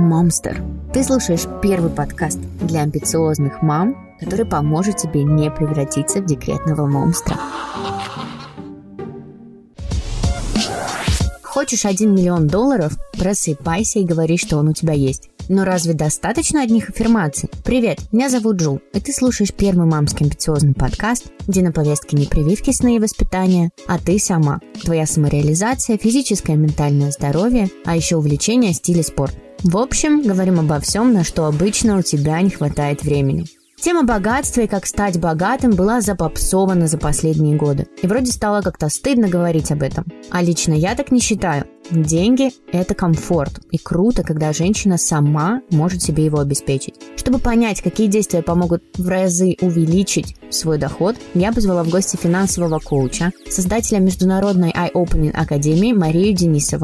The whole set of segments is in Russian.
Momster. Ты слушаешь первый подкаст для амбициозных мам, который поможет тебе не превратиться в декретного монстра. Хочешь $1 миллион? Просыпайся и говори, что он у тебя есть. Но разве достаточно одних аффирмаций? Привет, меня зовут Джул, и ты слушаешь первый мамский амбициозный подкаст, где на повестке не прививки, сны и воспитания, а ты сама. Твоя самореализация, физическое и ментальное здоровье, а еще увлечение, стиль и спорт. В общем, говорим обо всем, на что обычно у тебя не хватает времени. Тема богатства и как стать богатым была запопсована за последние годы. И вроде стало как-то стыдно говорить об этом. А лично я так не считаю. Деньги – это комфорт. И круто, когда женщина сама может себе его обеспечить. Чтобы понять, какие действия помогут в разы увеличить свой доход, я позвала в гости финансового коуча, создателя международной Eye-Opening Академии Марию Денисову.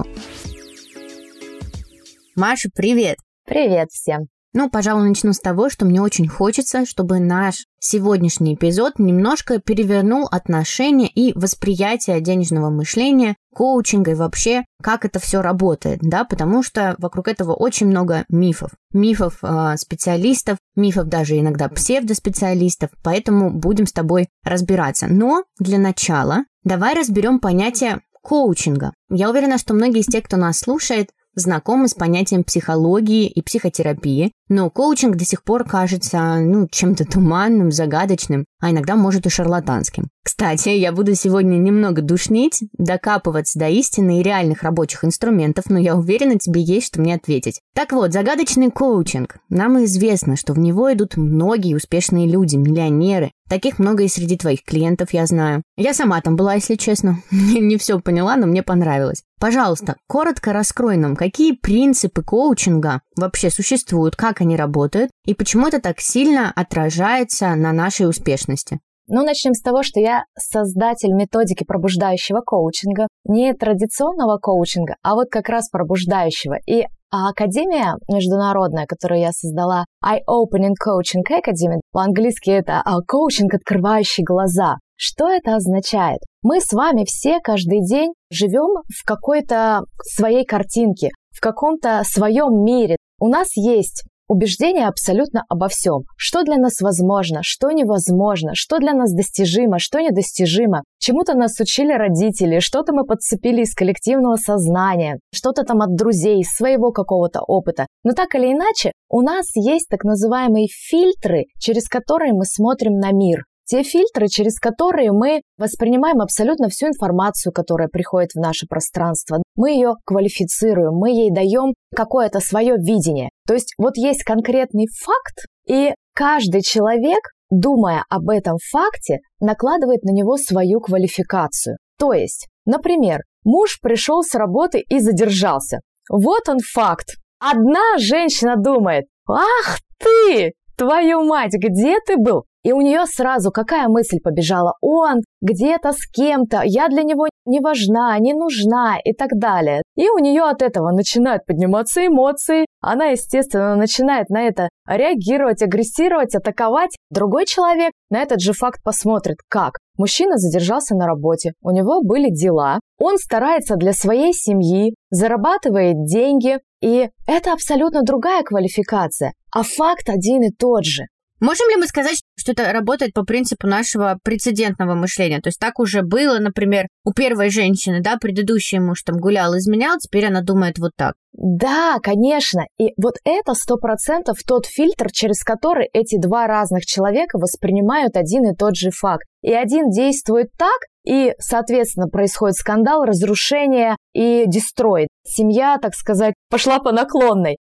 Маша, привет! Привет всем! Пожалуй, начну с того, что мне очень хочется, чтобы наш сегодняшний эпизод немножко перевернул отношение и восприятие денежного мышления, коучинга и вообще, как это все работает, да, потому что вокруг этого очень много мифов. Мифов специалистов, мифов даже иногда псевдоспециалистов, поэтому будем с тобой разбираться. Но для начала давай разберем понятие коучинга. Я уверена, что многие из тех, кто нас слушает, знакомы с понятием психологии и психотерапии, но коучинг до сих пор кажется, чем-то туманным, загадочным, а иногда, может, и шарлатанским. Кстати, я буду сегодня немного душнить, докапываться до истины и реальных рабочих инструментов, но я уверена, тебе есть что мне ответить. Так вот, загадочный коучинг. Нам известно, что в него идут многие успешные люди, миллионеры. Таких много и среди твоих клиентов, я знаю. Я сама там была, если честно. Не все поняла, но мне понравилось. Пожалуйста, коротко раскрой нам, какие принципы коучинга вообще существуют, как они работают и почему это так сильно отражается на нашей успешности. Начнем с того, что я создатель методики пробуждающего коучинга, не традиционного коучинга, а вот как раз пробуждающего. И академия международная, которую я создала, Eye-Opening Coaching Academy, по-английски это коучинг, открывающий глаза. Что это означает? Мы с вами все каждый день живем в какой-то своей картинке, в каком-то своем мире. У нас есть убеждения абсолютно обо всем. Что для нас возможно, что невозможно, что для нас достижимо, что недостижимо. Чему-то нас учили родители, что-то мы подцепили из коллективного сознания, что-то там от друзей, из своего какого-то опыта. Но так или иначе, у нас есть так называемые фильтры, через которые мы смотрим на мир. Те фильтры, через которые мы воспринимаем абсолютно всю информацию, которая приходит в наше пространство. Мы ее квалифицируем, мы ей даем какое-то свое видение. То есть вот есть конкретный факт, и каждый человек, думая об этом факте, накладывает на него свою квалификацию. То есть, например, муж пришел с работы и задержался. Вот он факт. Одна женщина думает: «Ах ты, твою мать, где ты был?» И у нее сразу какая мысль побежала? Он где-то с кем-то, я для него не важна, не нужна и так далее. И у нее от этого начинают подниматься эмоции. Она, естественно, начинает на это реагировать, агрессировать, атаковать. Другой человек на этот же факт посмотрит, как. Мужчина задержался на работе, у него были дела, он старается для своей семьи, зарабатывает деньги, и это абсолютно другая квалификация, а факт один и тот же. Можем ли мы сказать, что это работает по принципу нашего прецедентного мышления? То есть так уже было, например, у первой женщины, да, предыдущий муж там гулял, изменял, теперь она думает вот так. Да, конечно. И вот это 100% тот фильтр, через который эти два разных человека воспринимают один и тот же факт. И один действует так, и, соответственно, происходит скандал, разрушение и дестрой. Семья, так сказать, пошла по наклонной.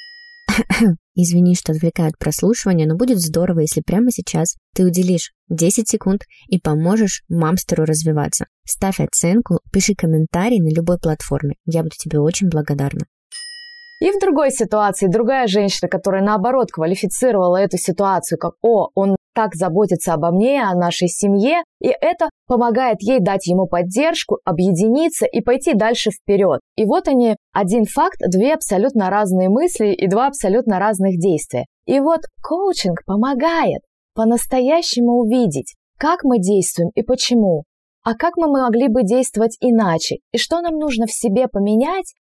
Извини, что отвлекаю от прослушивания, но будет здорово, если прямо сейчас ты уделишь 10 секунд и поможешь мамстеру развиваться. Ставь оценку, пиши комментарий на любой платформе. Я буду тебе очень благодарна. И в другой ситуации другая женщина, которая наоборот квалифицировала эту ситуацию как он так заботится обо мне, о нашей семье, и это помогает ей дать ему поддержку, объединиться и пойти дальше вперед. И вот они, один факт, две абсолютно разные мысли и два абсолютно разных действия. И вот коучинг помогает по-настоящему увидеть, как мы действуем и почему, а как мы могли бы действовать иначе, и что нам нужно в себе поменять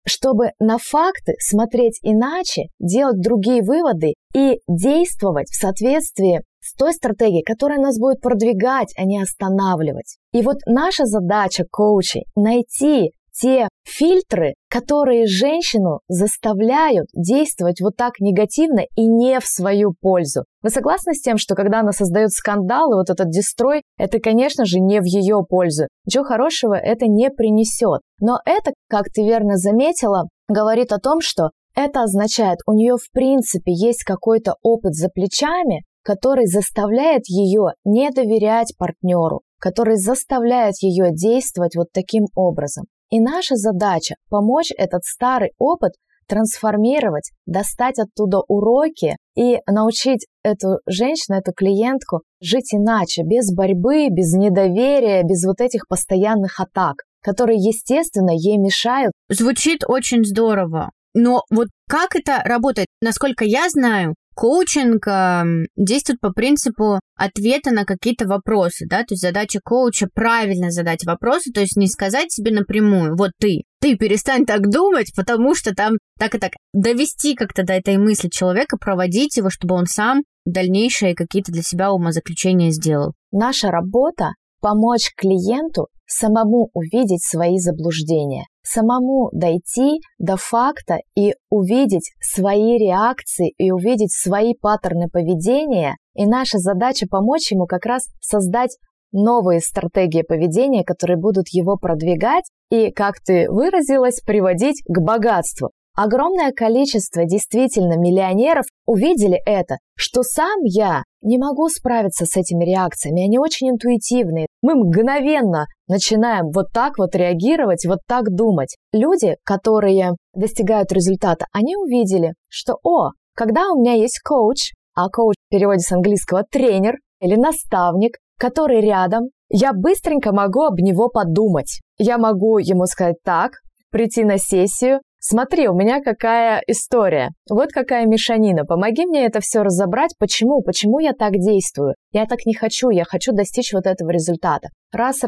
чтобы на факты смотреть иначе, делать другие выводы и действовать в соответствии с той стратегией, которая нас будет продвигать, а не останавливать. И вот наша задача коучей – найти те фильтры, которые женщину заставляют действовать вот так негативно и не в свою пользу. Вы согласны с тем, что когда она создает скандалы, вот этот дестрой, это, конечно же, не в ее пользу. Ничего хорошего это не принесет. Но это, как ты верно заметила, говорит о том, что это означает, у нее в принципе есть какой-то опыт за плечами, который заставляет ее не доверять партнеру, который заставляет ее действовать вот таким образом. И наша задача – помочь этот старый опыт трансформировать, достать оттуда уроки и научить эту женщину, эту клиентку жить иначе, без борьбы, без недоверия, без вот этих постоянных атак, которые, естественно, ей мешают. Звучит очень здорово. Но вот как это работает? Насколько я знаю, коучинг действует по принципу ответа на какие-то вопросы, да, то есть задача коуча правильно задать вопросы, то есть не сказать себе напрямую, вот ты перестань так думать, потому что там так и так. Довести как-то до этой мысли человека, проводить его, чтобы он сам дальнейшие какие-то для себя умозаключения сделал. Наша работа – помочь клиенту самому увидеть свои заблуждения, самому дойти до факта и увидеть свои реакции и увидеть свои паттерны поведения. И наша задача помочь ему как раз создать новые стратегии поведения, которые будут его продвигать и, как ты выразилась, приводить к богатству. Огромное количество действительно миллионеров увидели это, что сам я не могу справиться с этими реакциями, они очень интуитивные. Мы мгновенно начинаем вот так вот реагировать, вот так думать. Люди, которые достигают результата, они увидели, что, когда у меня есть коуч, а коуч в переводе с английского тренер или наставник, который рядом, я быстренько могу об него подумать. Я могу ему сказать так, прийти на сессию, смотри, у меня какая история, вот какая мешанина, помоги мне это все разобрать, почему я так действую, я так не хочу, я хочу достичь вот этого результата. Раз,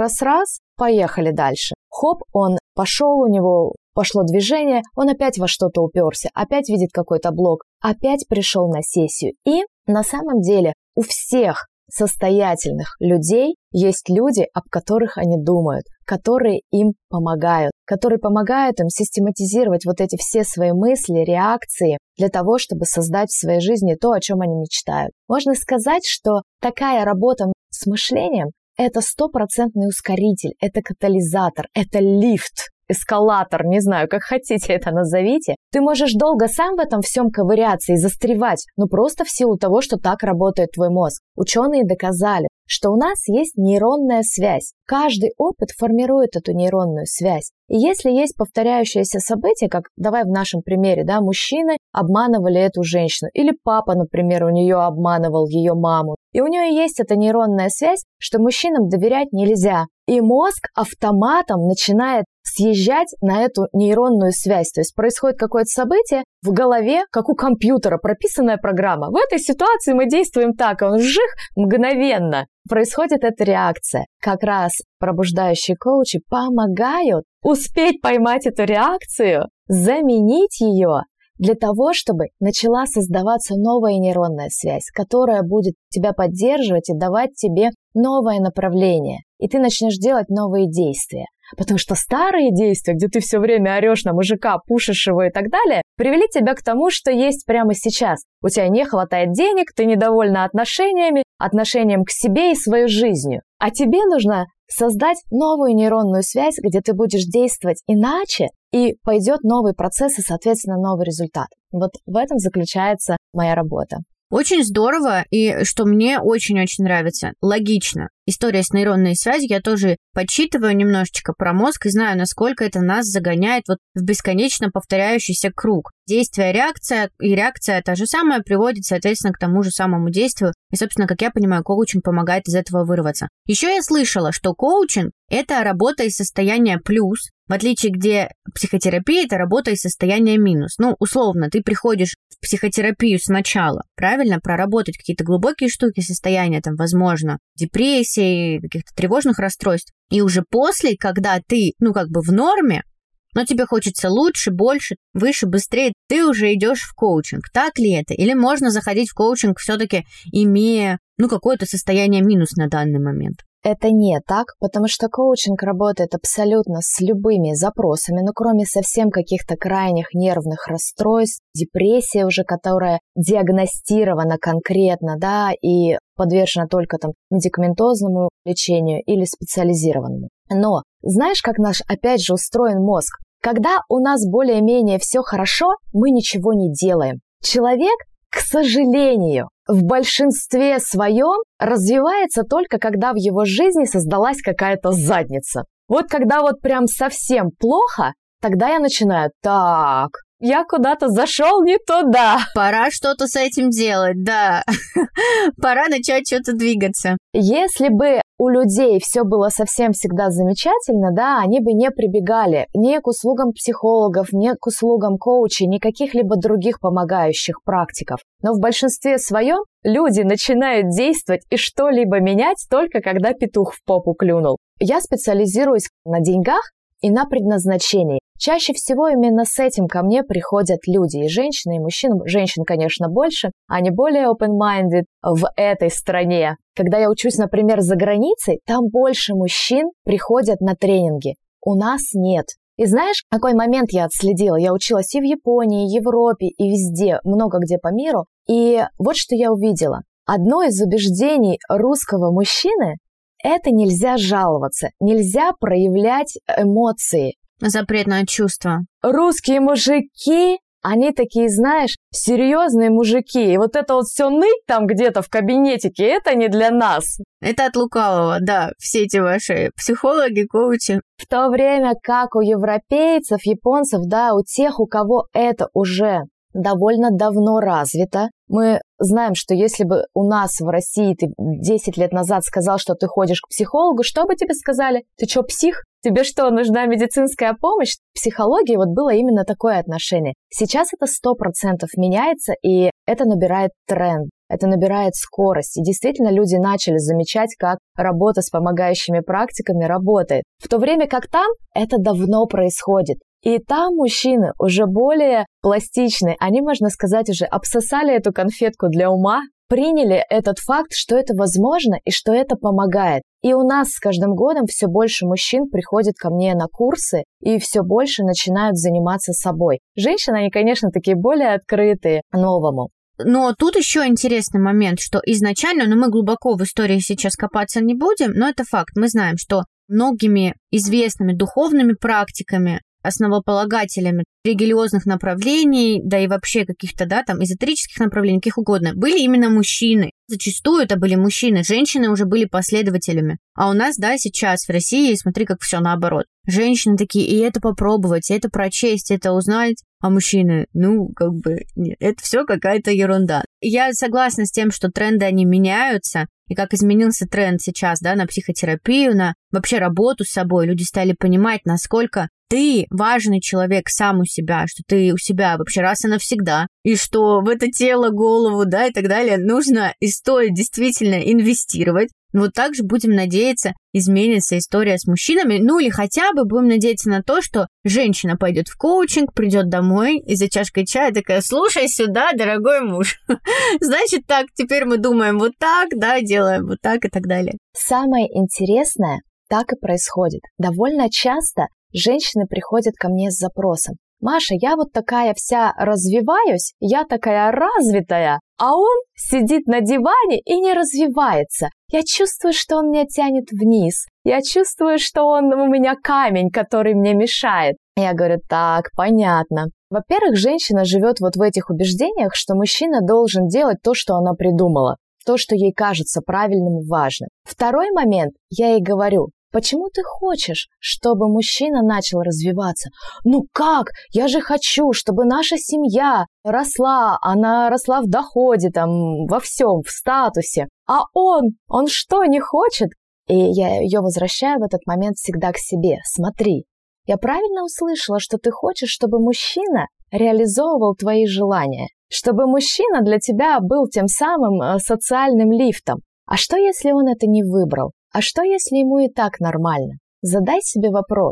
поехали дальше. Хоп, он пошел, у него пошло движение, он опять во что-то уперся, опять видит какой-то блок, опять пришел на сессию. И на самом деле у всех состоятельных людей есть люди, об которых они думают, которые им помогают, которые помогают им систематизировать вот эти все свои мысли, реакции для того, чтобы создать в своей жизни то, о чем они мечтают. Можно сказать, что такая работа с мышлением – это стопроцентный ускоритель, это катализатор, это лифт, эскалатор, не знаю, как хотите это назовите. Ты можешь долго сам в этом всем ковыряться и застревать, но просто в силу того, что так работает твой мозг. Ученые доказали, что у нас есть нейронная связь. Каждый опыт формирует эту нейронную связь. И если есть повторяющееся событие, как, давай в нашем примере, да, мужчины обманывали эту женщину, или папа, например, у нее обманывал ее маму, и у нее есть эта нейронная связь, что мужчинам доверять нельзя. И мозг автоматом начинает съезжать на эту нейронную связь. То есть происходит какое-то событие в голове, как у компьютера, прописанная программа. В этой ситуации мы действуем так, он вжих мгновенно. Происходит эта реакция. Как раз пробуждающие коучи помогают успеть поймать эту реакцию, заменить ее для того, чтобы начала создаваться новая нейронная связь, которая будет тебя поддерживать и давать тебе новое направление. И ты начнешь делать новые действия. Потому что старые действия, где ты все время орешь на мужика, пушишь его и так далее, привели тебя к тому, что есть прямо сейчас. У тебя не хватает денег, ты недовольна отношениями, отношением к себе и своей жизнью. А тебе нужно создать новую нейронную связь, где ты будешь действовать иначе, и пойдет новый процесс и, соответственно, новый результат. Вот в этом заключается моя работа. Очень здорово, и что мне очень-очень нравится, логично. История с нейронной связью, я тоже подсчитываю немножечко про мозг и знаю, насколько это нас загоняет вот в бесконечно повторяющийся круг. Действие, реакция, и реакция та же самая приводит, соответственно, к тому же самому действию. И, собственно, как я понимаю, коучинг помогает из этого вырваться. Еще я слышала, что коучинг – это работа из состояния плюс, в отличие где психотерапия – это работа из состояния минус. Ну, условно, ты приходишь в психотерапию сначала, правильно, проработать какие-то глубокие штуки, состояния, там, возможно, депрессии, каких-то тревожных расстройств. И уже после, когда ты, в норме, но тебе хочется лучше, больше, выше, быстрее, ты уже идешь в коучинг. Так ли это? Или можно заходить в коучинг все-таки имея, какое-то состояние минус на данный момент? Это не так, потому что коучинг работает абсолютно с любыми запросами, кроме совсем каких-то крайних нервных расстройств, депрессия уже, которая диагностирована конкретно, да, и подвержена только медикаментозному лечению или специализированному. Но знаешь, как наш, опять же, устроен мозг? Когда у нас более-менее все хорошо, мы ничего не делаем. Человек, к сожалению, в большинстве своем развивается только когда в его жизни создалась какая-то задница. Вот когда прям совсем плохо, тогда я начинаю: так, я куда-то зашел не туда. Пора что-то с этим делать, да. Пора начать что-то двигаться. Если бы у людей все было совсем всегда замечательно, да, они бы не прибегали ни к услугам психологов, ни к услугам коучей, ни каких-либо других помогающих практиков. Но в большинстве своем люди начинают действовать и что-либо менять только когда петух в попу клюнул. Я специализируюсь на деньгах и на предназначении. Чаще всего именно с этим ко мне приходят люди, и женщины, и мужчины. Женщин, конечно, больше, они более open-minded в этой стране. Когда я учусь, например, за границей, там больше мужчин приходят на тренинги. У нас нет. И знаешь, какой момент я отследила? Я училась и в Японии, и в Европе, и везде, много где по миру. И вот что я увидела. Одно из убеждений русского мужчины – это нельзя жаловаться, нельзя проявлять эмоции. Запретное чувство. Русские мужики, они такие, знаешь, серьезные мужики. И вот это все ныть там где-то в кабинетике, это не для нас. Это от лукавого, да, все эти ваши психологи, коучи. В то время как у европейцев, японцев, да, у тех, у кого это уже довольно давно развито. Мы знаем, что если бы у нас в России ты 10 лет назад сказал, что ты ходишь к психологу, что бы тебе сказали? Ты что, псих? Тебе что, нужна медицинская помощь? В психологии было именно такое отношение. Сейчас это 100% меняется, и это набирает тренд, это набирает скорость. И действительно люди начали замечать, как работа с помогающими практиками работает. В то время как там это давно происходит. И там мужчины уже более пластичные, они, можно сказать, уже обсосали эту конфетку для ума, приняли этот факт, что это возможно и что это помогает. И у нас с каждым годом все больше мужчин приходит ко мне на курсы и все больше начинают заниматься собой. Женщины, они, конечно, такие более открытые новому. Но тут еще интересный момент, что изначально, мы глубоко в истории сейчас копаться не будем, но это факт. Мы знаем, что многими известными духовными практиками, основополагателями религиозных направлений, да и вообще каких-то, эзотерических направлений, каких угодно, были именно мужчины. Зачастую это были мужчины, женщины уже были последователями. А у нас, сейчас в России, смотри, как все наоборот. Женщины такие, и это попробовать, и это прочесть, и это узнать, а мужчины, нет, это все какая-то ерунда. Я согласна с тем, что тренды, они меняются, и как изменился тренд сейчас, на психотерапию, на вообще работу с собой. Люди стали понимать, насколько ты важный человек сам у себя, что ты у себя вообще раз и навсегда, и что в это тело, голову, и так далее нужно и стоит действительно инвестировать. Вот так же будем надеяться, изменится история с мужчинами, или хотя бы будем надеяться на то, что женщина пойдет в коучинг, придет домой и за чашкой чая такая: слушай сюда, дорогой муж, значит так, теперь мы думаем вот так, делаем вот так и так далее. Самое интересное, так и происходит. Довольно часто женщины приходят ко мне с запросом: Маша, я такая вся развиваюсь, я такая развитая, а он сидит на диване и не развивается. Я чувствую, что он меня тянет вниз. Я чувствую, что он у меня камень, который мне мешает. Я говорю: так, понятно. Во-первых, женщина живет в этих убеждениях, что мужчина должен делать то, что она придумала, то, что ей кажется правильным и важным. Второй момент, я ей говорю: почему ты хочешь, чтобы мужчина начал развиваться? Как? Я же хочу, чтобы наша семья росла, она росла в доходе, во всем, в статусе. А он что, не хочет? И я ее возвращаю в этот момент всегда к себе. Смотри, я правильно услышала, что ты хочешь, чтобы мужчина реализовывал твои желания, чтобы мужчина для тебя был тем самым социальным лифтом. А что, если он это не выбрал? А что, если ему и так нормально? Задай себе вопрос,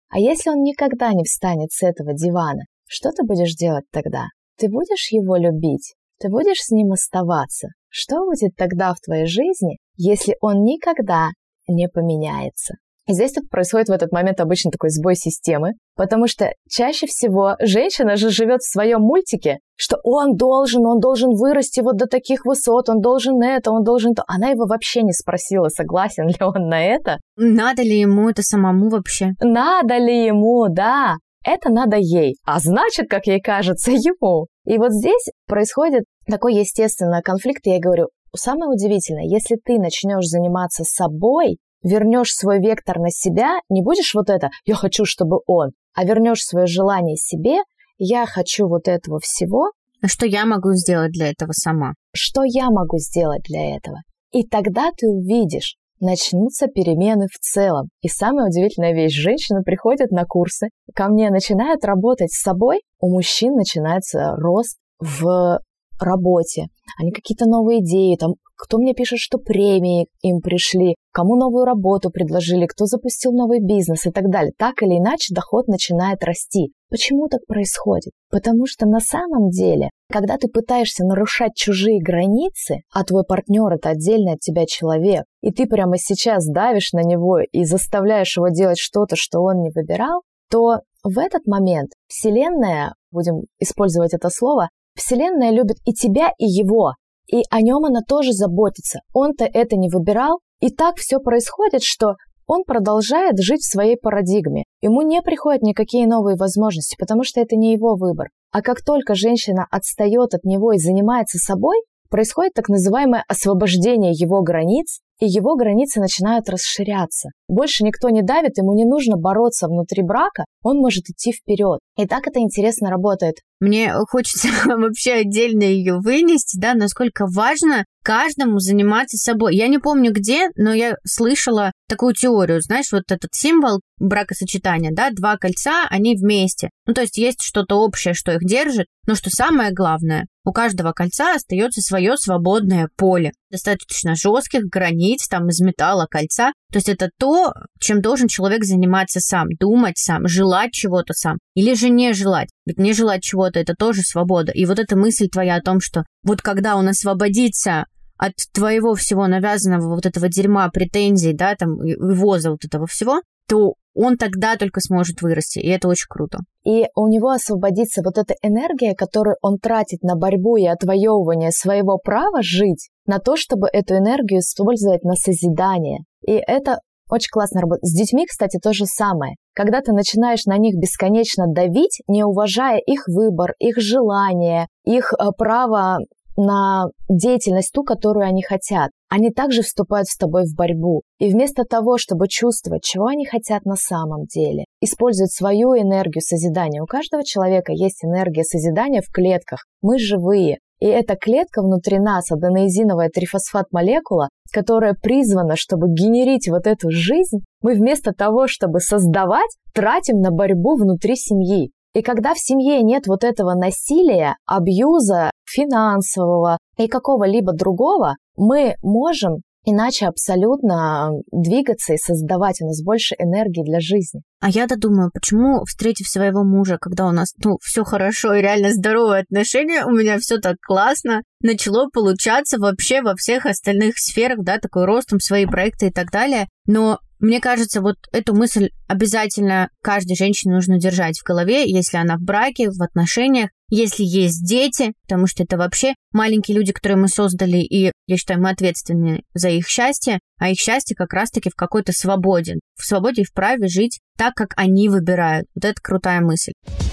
А если он никогда не встанет с этого дивана, что ты будешь делать тогда? Ты будешь его любить? Ты будешь с ним оставаться? Что будет тогда в твоей жизни, если он никогда не поменяется? И здесь тут происходит в этот момент обычно такой сбой системы, потому что чаще всего женщина же живет в своем мультике, что он должен вырасти вот до таких высот, он должен это, он должен то. Она его вообще не спросила, согласен ли он на это. Надо ли ему это самому вообще? Надо ли ему, да. Это надо ей, а значит, как ей кажется, ему. И вот здесь происходит такой естественный конфликт, и я говорю, самое удивительное, если ты начнешь заниматься собой, вернешь свой вектор на себя, не будешь вот это «я хочу, чтобы он», а вернешь свое желание себе «я хочу вот этого всего». А что я могу сделать для этого сама? Что я могу сделать для этого? И тогда ты увидишь, начнутся перемены в целом. И самая удивительная вещь, женщины приходят на курсы, ко мне начинают работать с собой, у мужчин начинается рост в работе, они какие-то новые идеи, там, кто мне пишет, что премии им пришли, кому новую работу предложили, кто запустил новый бизнес и так далее. Так или иначе доход начинает расти. Почему так происходит? Потому что на самом деле, когда ты пытаешься нарушать чужие границы, а твой партнер – это отдельный от тебя человек, и ты прямо сейчас давишь на него и заставляешь его делать что-то, что он не выбирал, то в этот момент Вселенная, будем использовать это слово, Вселенная любит и тебя, и его, и о нем она тоже заботится. Он-то это не выбирал, и так все происходит, что он продолжает жить в своей парадигме. Ему не приходят никакие новые возможности, потому что это не его выбор. А как только женщина отстает от него и занимается собой, происходит так называемое освобождение его границ, и его границы начинают расширяться. Больше никто не давит, ему не нужно бороться внутри брака, он может идти вперед. И так это интересно работает. Мне хочется вообще отдельно ее вынести, да, насколько важно каждому заниматься собой. Я не помню где, но я слышала такую теорию, знаешь, вот этот символ бракосочетания, да, два кольца, они вместе. Ну, то есть есть что-то общее, что их держит, но что самое главное, у каждого кольца остается свое свободное поле. Достаточно жестких границ, там, из металла кольца. То есть это то, чем должен человек заниматься сам, думать сам, желать чего-то сам. Или же не желать. Ведь не желать чего-то – это тоже свобода. И вот эта мысль твоя о том, что вот когда он освободится от твоего всего навязанного вот этого дерьма, претензий, да, там, ввоза вот этого всего, то он тогда только сможет вырасти, и это очень круто. И у него освободится вот эта энергия, которую он тратит на борьбу и отвоевывание своего права жить, на то, чтобы эту энергию использовать на созидание. И это очень классно работает. С детьми, кстати, то же самое. Когда ты начинаешь на них бесконечно давить, не уважая их выбор, их желание, их право на деятельность ту, которую они хотят. Они также вступают с тобой в борьбу. И вместо того, чтобы чувствовать, чего они хотят на самом деле, используют свою энергию созидания. У каждого человека есть энергия созидания в клетках. Мы живые. И эта клетка внутри нас, аденоизиновая трифосфат-молекула, которая призвана, чтобы генерить вот эту жизнь, мы вместо того, чтобы создавать, тратим на борьбу внутри семьи. И когда в семье нет вот этого насилия, абьюза финансового и какого-либо другого, мы можем иначе абсолютно двигаться и создавать. У нас больше энергии для жизни. А я-то думаю, почему, встретив своего мужа, когда у нас, все хорошо и реально здоровые отношения, у меня все так классно, начало получаться вообще во всех остальных сферах, да, такой ростом, свои проекты и так далее. Но мне кажется, вот эту мысль обязательно каждой женщине нужно держать в голове, если она в браке, в отношениях, если есть дети, потому что это вообще маленькие люди, которые мы создали, и, я считаю, мы ответственны за их счастье, а их счастье как раз-таки в какой-то свободе. В свободе и в праве жить так, как они выбирают. Вот это крутая мысль.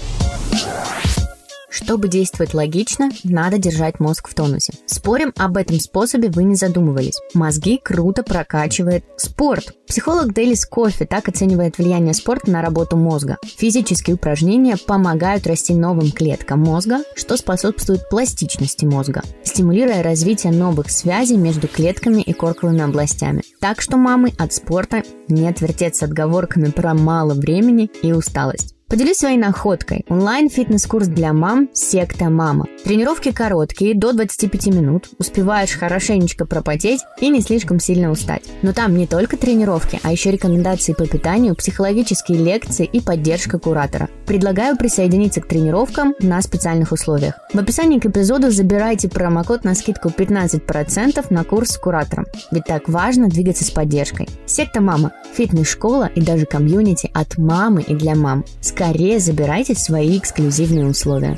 Чтобы действовать логично, надо держать мозг в тонусе. Спорим, об этом способе вы не задумывались. Мозги круто прокачивает спорт. Психолог Делис Кофи так оценивает влияние спорта на работу мозга. Физические упражнения помогают расти новым клеткам мозга, что способствует пластичности мозга, стимулируя развитие новых связей между клетками и корковыми областями. Так что, мамы, от спорта не отвертеться отговорками про мало времени и усталость. Поделюсь своей находкой. Онлайн-фитнес-курс для мам «Секта Мама». Тренировки короткие, до 25 минут. Успеваешь хорошенечко пропотеть и не слишком сильно устать. Но там не только тренировки, а еще рекомендации по питанию, психологические лекции и поддержка куратора. Предлагаю присоединиться к тренировкам на специальных условиях. В описании к эпизоду забирайте промокод на скидку 15% на курс с куратором. Ведь так важно двигаться с поддержкой. «Секта Мама» – фитнес-школа и даже комьюнити от мамы и для мам. Скорее забирайте свои эксклюзивные условия.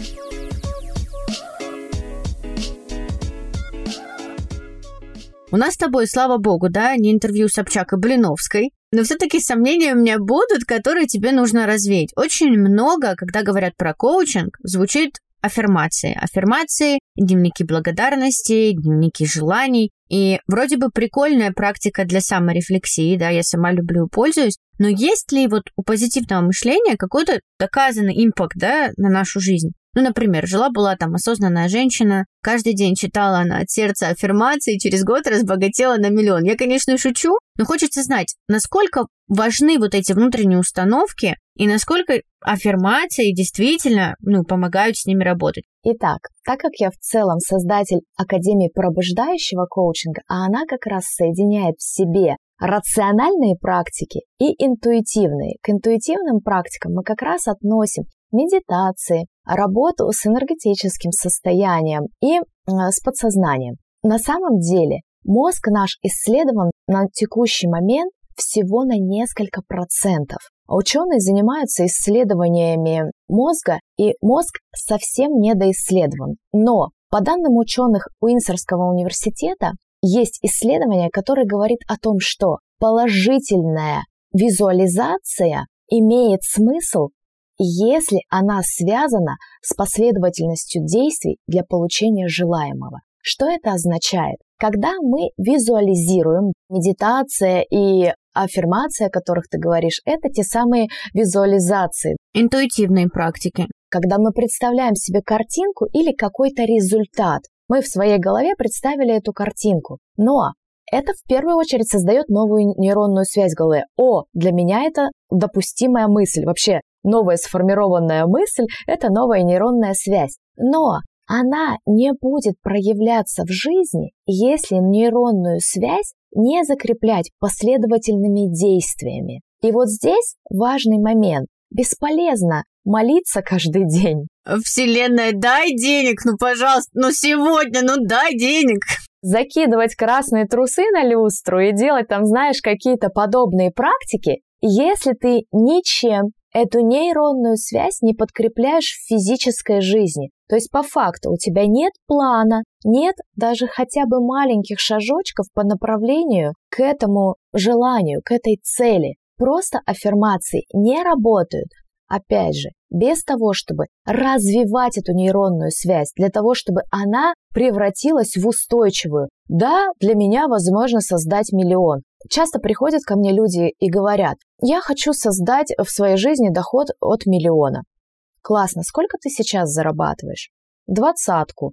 У нас с тобой, слава богу, да, не интервью Собчак и Блиновской, но все-таки сомнения у меня будут, которые тебе нужно развеять. Очень много, когда говорят про коучинг, звучит аффирмации. Аффирмации, дневники благодарности, дневники желаний. И вроде бы прикольная практика для саморефлексии, да, я сама люблю и пользуюсь, но есть ли вот у позитивного мышления какой-то доказанный импакт, да, на нашу жизнь? Ну, например, жила-была там осознанная женщина, каждый день читала она от сердца аффирмации, и через год разбогатела на 1 миллион. Я, конечно, шучу, но хочется знать, насколько важны вот эти внутренние установки и насколько аффирмации действительно, помогают с ними работать. Итак, так как я в целом создатель Академии пробуждающего коучинга, а она как раз соединяет в себе рациональные практики и интуитивные. К интуитивным практикам мы как раз относим медитации, работу с энергетическим состоянием и с подсознанием. На самом деле мозг наш исследован на текущий момент всего на несколько процентов. Ученые занимаются исследованиями мозга, и мозг совсем недоисследован. Но по данным ученых Уинсорского университета есть исследование, которое говорит о том, что положительная визуализация имеет смысл, если она связана с последовательностью действий для получения желаемого. Что это означает? Когда мы визуализируем, медитация и аффирмация, о которых ты говоришь, это те самые визуализации. Интуитивные практики. Когда мы представляем себе картинку или какой-то результат, мы в своей голове представили эту картинку. Но это в первую очередь создает новую нейронную связь в голове. Для меня это допустимая мысль. Вообще, новая сформированная мысль – это новая нейронная связь. Но она не будет проявляться в жизни, если нейронную связь не закреплять последовательными действиями. И вот здесь важный момент. Бесполезно молиться каждый день. Вселенная, дай денег, пожалуйста, сегодня, дай денег. Закидывать красные трусы на люстру и делать там, какие-то подобные практики, если ты ничем эту нейронную связь не подкрепляешь в физической жизни. То есть по факту у тебя нет плана, нет даже хотя бы маленьких шажочков по направлению к этому желанию, к этой цели. Просто аффирмации не работают. Опять же, без того, чтобы развивать эту нейронную связь, для того, чтобы она превратилась в устойчивую. Да, для меня возможно создать 1 миллион. Часто приходят ко мне люди и говорят: я хочу создать в своей жизни доход от 1 миллиона. Классно, сколько ты сейчас зарабатываешь? 20.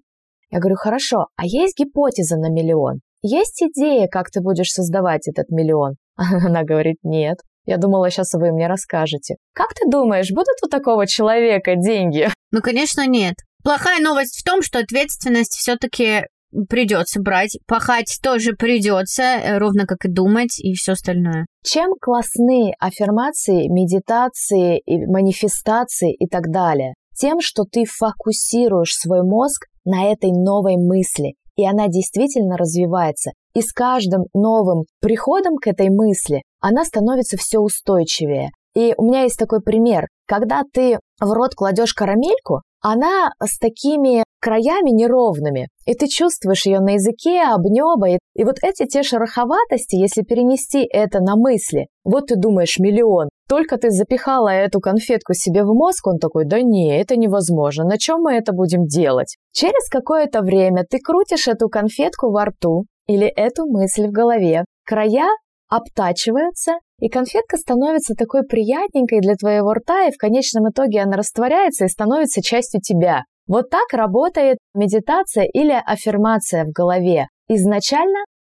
Я говорю: хорошо, а есть гипотеза на 1 миллион? Есть идея, как ты будешь создавать этот 1 миллион? Она говорит: нет. Я думала, сейчас вы мне расскажете. Как ты думаешь, будут у такого человека деньги? Конечно, нет. Плохая новость в том, что ответственность все-таки придется брать. Пахать тоже придется, ровно как и думать и все остальное. Чем классные аффирмации, медитации, манифестации и так далее? Тем, что ты фокусируешь свой мозг на этой новой мысли, и она действительно развивается. И с каждым новым приходом к этой мысли она становится все устойчивее. И у меня есть такой пример. Когда ты в рот кладешь карамельку, она с такими краями неровными, и ты чувствуешь ее на языке, об небо. И вот эти те шероховатости, если перенести это на мысли, вот ты думаешь 1 миллион, только ты запихала эту конфетку себе в мозг, он такой: да не, это невозможно, на чем мы это будем делать? Через какое-то время ты крутишь эту конфетку во рту или эту мысль в голове, края обтачиваются, и конфетка становится такой приятненькой для твоего рта, и в конечном итоге она растворяется и становится частью тебя. Вот так работает медитация или аффирмация в голове. Изначально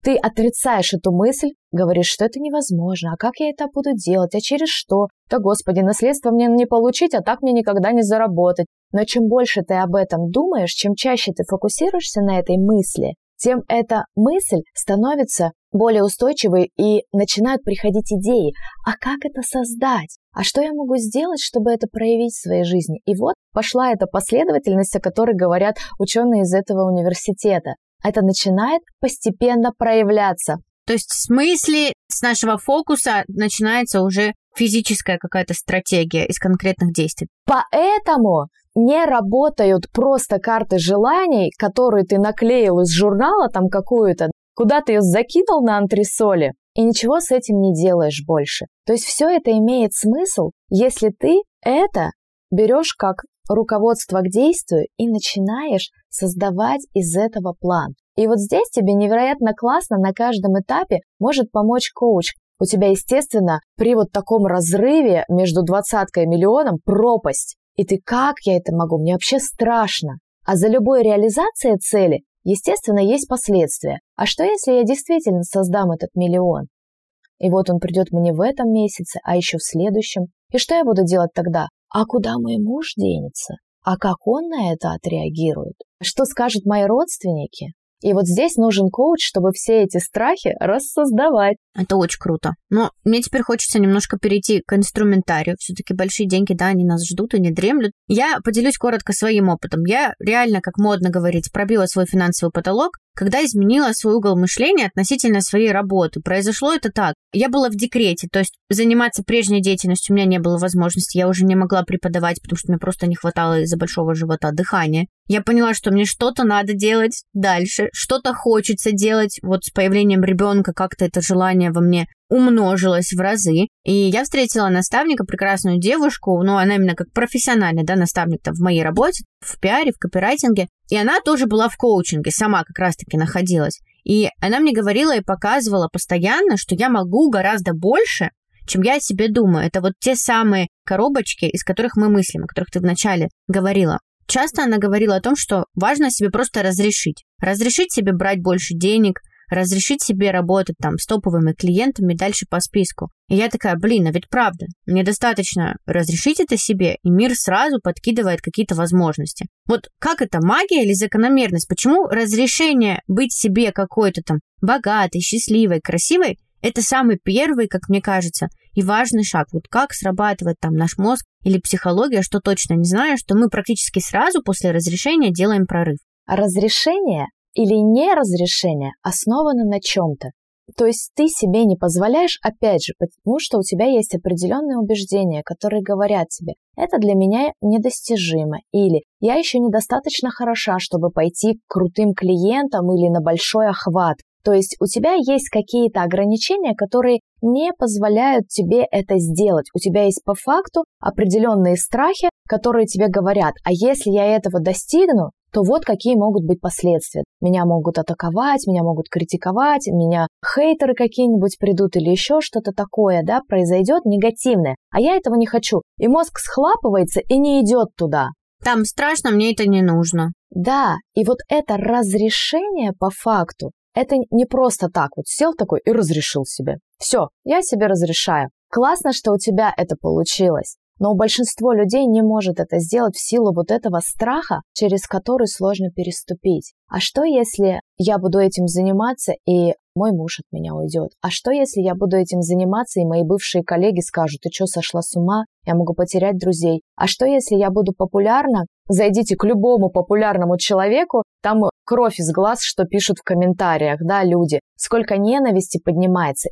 ты отрицаешь эту мысль, говоришь, что это невозможно, а как я это буду делать, а через что? Да, Господи, наследство мне не получить, а так мне никогда не заработать. Но чем больше ты об этом думаешь, чем чаще ты фокусируешься на этой мысли, тем эта мысль становится более устойчивой и начинают приходить идеи. А как это создать? А что я могу сделать, чтобы это проявить в своей жизни? И вот пошла эта последовательность, о которой говорят ученые из этого университета. Это начинает постепенно проявляться. То есть в смысле с нашего фокуса начинается уже физическая какая-то стратегия из конкретных действий. Поэтому не работают просто карты желаний, которые ты наклеил из журнала там какую-то, куда ты ее закинул на антресоли, и ничего с этим не делаешь больше. То есть все это имеет смысл, если ты это берешь как руководство к действию и начинаешь создавать из этого план. И вот здесь тебе невероятно классно на каждом этапе может помочь коуч. У тебя, естественно, при вот таком разрыве между 20-кой и миллионом пропасть. И ты, как я это могу? Мне вообще страшно. А за любой реализацией цели, естественно, есть последствия. А что, если я действительно создам этот миллион? И вот он придет мне в этом месяце, а еще в следующем. И что я буду делать тогда? А куда мой муж денется? А как он на это отреагирует? Что скажут мои родственники? И вот здесь нужен коуч, чтобы все эти страхи рассоздавать. Это очень круто. Но мне теперь хочется немножко перейти к инструментарию. Все-таки большие деньги, да, они нас ждут и не дремлют. Я поделюсь коротко своим опытом. Я реально, как модно говорить, пробила свой финансовый потолок, когда изменила свой угол мышления относительно своей работы. Произошло это так. Я была в декрете, то есть заниматься прежней деятельностью у меня не было возможности. Я уже не могла преподавать, потому что мне просто не хватало из-за большого живота дыхания. Я поняла, что мне что-то надо делать дальше, что-то хочется делать. Вот с появлением ребенка как-то это желание во мне умножилось в разы. И я встретила наставника, прекрасную девушку, но она именно как профессиональный, да, наставник там в моей работе, в пиаре, в копирайтинге. И она тоже была в коучинге, сама как раз-таки находилась. И она мне говорила и показывала постоянно, что я могу гораздо больше, чем я о себе думаю. Это вот те самые коробочки, из которых мы мыслим, о которых ты вначале говорила. Часто она говорила о том, что важно себе просто разрешить. Разрешить себе брать больше денег, разрешить себе работать там с топовыми клиентами, дальше по списку. И я такая, а ведь правда, мне достаточно разрешить это себе, и мир сразу подкидывает какие-то возможности. Вот как это, магия или закономерность? Почему разрешение быть себе какой-то там богатой, счастливой, красивой, это самый первый, как мне кажется, и важный шаг. Вот как срабатывает там наш мозг или психология, что точно не знаю, что мы практически сразу после разрешения делаем прорыв. Разрешение или неразрешение основано на чем-то. То есть ты себе не позволяешь, опять же, потому что у тебя есть определенные убеждения, которые говорят тебе, это для меня недостижимо, или я еще недостаточно хороша, чтобы пойти к крутым клиентам или на большой охват. То есть у тебя есть какие-то ограничения, которые не позволяют тебе это сделать. У тебя есть по факту определенные страхи, которые тебе говорят, а если я этого достигну, то вот какие могут быть последствия. Меня могут атаковать, меня могут критиковать, меня хейтеры какие-нибудь придут или еще что-то такое, да, произойдет негативное. А я этого не хочу. И мозг схлапывается и не идет туда. Там страшно, мне это не нужно. Да, и вот это разрешение по факту, это не просто так, вот сел такой и разрешил себе. Все, я себе разрешаю. Классно, что у тебя это получилось. Но большинство людей не может это сделать в силу вот этого страха, через который сложно переступить. А что, если я буду этим заниматься, и мой муж от меня уйдет? А что, если я буду этим заниматься, и мои бывшие коллеги скажут, ты что, сошла с ума? Я могу потерять друзей. А что, если я буду популярна? Зайдите к любому популярному человеку, там кровь из глаз, что пишут в комментариях, да, люди. Сколько ненависти поднимается.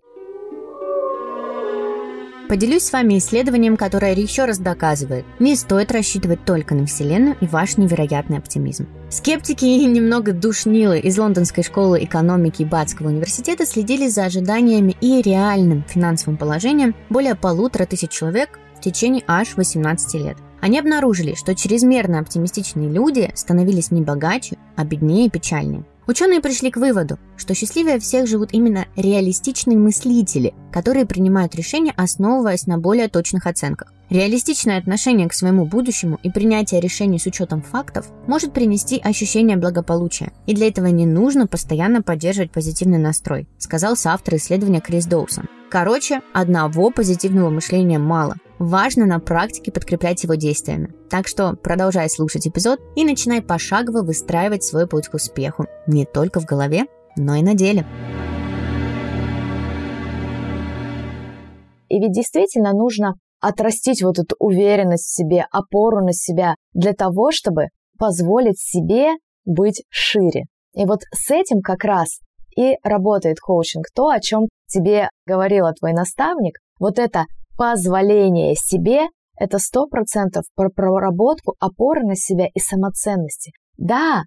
Поделюсь с вами исследованием, которое еще раз доказывает, не стоит рассчитывать только на Вселенную и ваш невероятный оптимизм. Скептики и немного душнилы из Лондонской школы экономики и Батского университета следили за ожиданиями и реальным финансовым положением более 1500 человек в течение аж 18 лет. Они обнаружили, что чрезмерно оптимистичные люди становились не богаче, а беднее и печальнее. Ученые пришли к выводу, что счастливее всех живут именно реалистичные мыслители, которые принимают решения, основываясь на более точных оценках. Реалистичное отношение к своему будущему и принятие решений с учетом фактов может принести ощущение благополучия, и для этого не нужно постоянно поддерживать позитивный настрой, сказал соавтор исследования Крис Доусон. Короче, одного позитивного мышления мало. Важно на практике подкреплять его действиями. Так что продолжай слушать эпизод и начинай пошагово выстраивать свой путь к успеху. Не только в голове, но и на деле. И ведь действительно нужно отрастить вот эту уверенность в себе, опору на себя для того, чтобы позволить себе быть шире. И вот с этим как раз и работает коучинг. То, о чем тебе говорил твой наставник, вот это позволение себе, это 100% про проработку опоры на себя и самоценности. Да,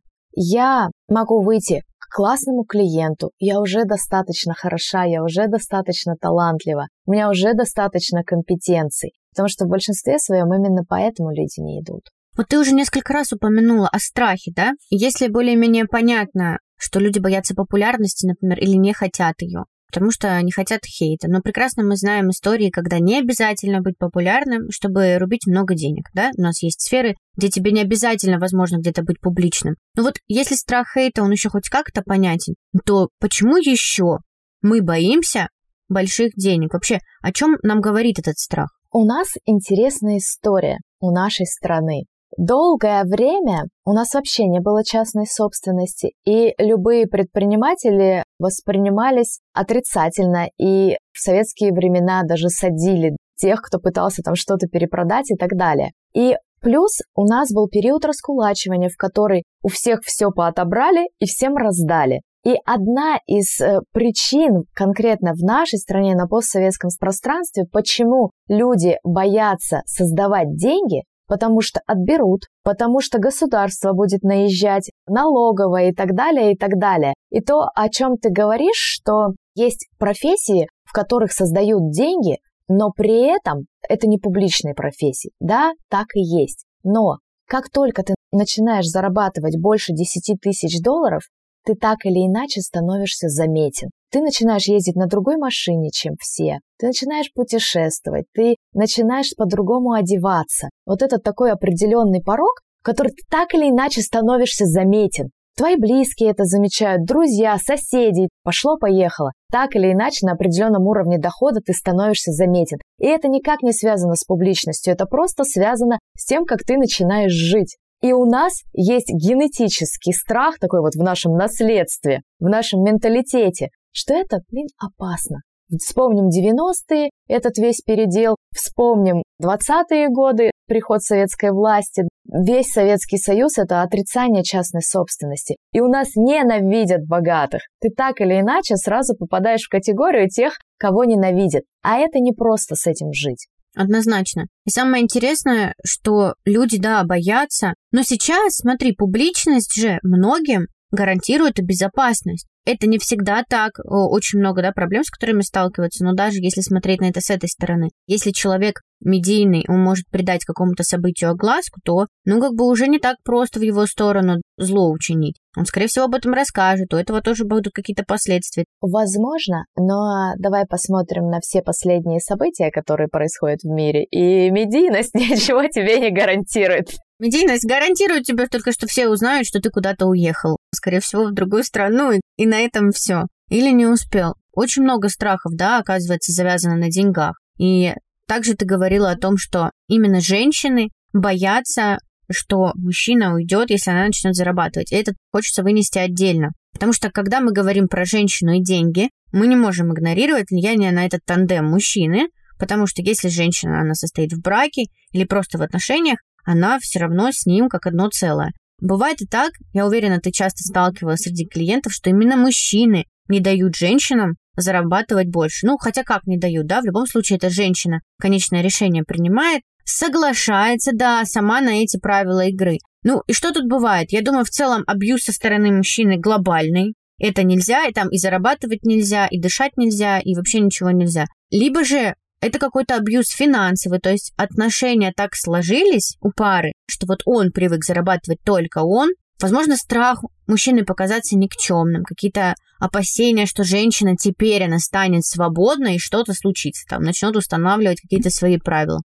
я могу выйти к классному клиенту, я уже достаточно хороша, я уже достаточно талантлива, у меня уже достаточно компетенций, потому что в большинстве своем именно поэтому люди не идут. Вот ты уже несколько раз упомянула о страхе, да? Если более-менее понятно, что люди боятся популярности, например, или не хотят ее, потому что не хотят хейта. Но прекрасно мы знаем истории, когда не обязательно быть популярным, чтобы рубить много денег, да? У нас есть сферы, где тебе не обязательно, возможно, где-то быть публичным. Но вот если страх хейта, он еще хоть как-то понятен, то почему еще мы боимся больших денег? Вообще, о чем нам говорит этот страх? У нас интересная история у нашей страны. Долгое время у нас вообще не было частной собственности, и любые предприниматели воспринимались отрицательно, и в советские времена даже садили тех, кто пытался там что-то перепродать и так далее. И плюс у нас был период раскулачивания, в который у всех все поотобрали и всем раздали. И одна из причин конкретно в нашей стране на постсоветском пространстве, почему люди боятся создавать деньги, потому что отберут, потому что государство будет наезжать, налоговое и так далее, и так далее. И то, о чем ты говоришь, что есть профессии, в которых создают деньги, но при этом это не публичные профессии. Да, так и есть. Но как только ты начинаешь зарабатывать больше 10 тысяч долларов, ты так или иначе становишься заметен. Ты начинаешь ездить на другой машине, чем все. Ты начинаешь путешествовать, ты начинаешь по-другому одеваться. Вот это такой определенный порог, в который ты так или иначе становишься заметен. Твои близкие это замечают, друзья, соседи. Пошло-поехало. Так или иначе на определенном уровне дохода ты становишься заметен. И это никак не связано с публичностью, это просто связано с тем, как ты начинаешь жить. И у нас есть генетический страх такой вот в нашем наследстве, в нашем менталитете, что это, опасно. Вспомним 90-е, этот весь передел, вспомним 20-е годы, приход советской власти. Весь Советский Союз – это отрицание частной собственности. И у нас ненавидят богатых. Ты так или иначе сразу попадаешь в категорию тех, кого ненавидят. А это не просто с этим жить. Однозначно. И самое интересное, что люди, да, боятся, но сейчас, смотри, публичность же многим гарантирует безопасность. Это не всегда так, очень много, да, проблем, с которыми сталкиваются, но даже если смотреть на это с этой стороны, если человек медийный, он может придать какому-то событию огласку, то, уже не так просто в его сторону зло учинить. Он, скорее всего, об этом расскажет, у этого тоже будут какие-то последствия. Возможно, но давай посмотрим на все последние события, которые происходят в мире, и медийность ничего тебе не гарантирует. Медийность гарантирует тебе только, что все узнают, что ты куда-то уехал. Скорее всего, в другую страну, и на этом все. Или не успел. Очень много страхов, да, оказывается, завязано на деньгах. И также ты говорила о том, что именно женщины боятся, что мужчина уйдет, если она начнет зарабатывать. И это хочется вынести отдельно. Потому что, когда мы говорим про женщину и деньги, мы не можем игнорировать влияние на этот тандем мужчины, потому что если женщина, она состоит в браке или просто в отношениях, она все равно с ним как одно целое. Бывает и так, я уверена, ты часто сталкивалась среди клиентов, что именно мужчины не дают женщинам зарабатывать больше. Хотя как не дают, да, в любом случае это женщина конечное решение принимает, соглашается, да, сама на эти правила игры. И что тут бывает? Я думаю, в целом абьюз со стороны мужчины глобальный. Это нельзя, и там и зарабатывать нельзя, и дышать нельзя, и вообще ничего нельзя. Либо же это какой-то абьюз финансовый, то есть отношения так сложились у пары, что вот он привык зарабатывать только он. Возможно, страх мужчины показаться никчемным, какие-то опасения, что женщина теперь она станет свободной и что-то случится, там начнет устанавливать какие-то свои правила.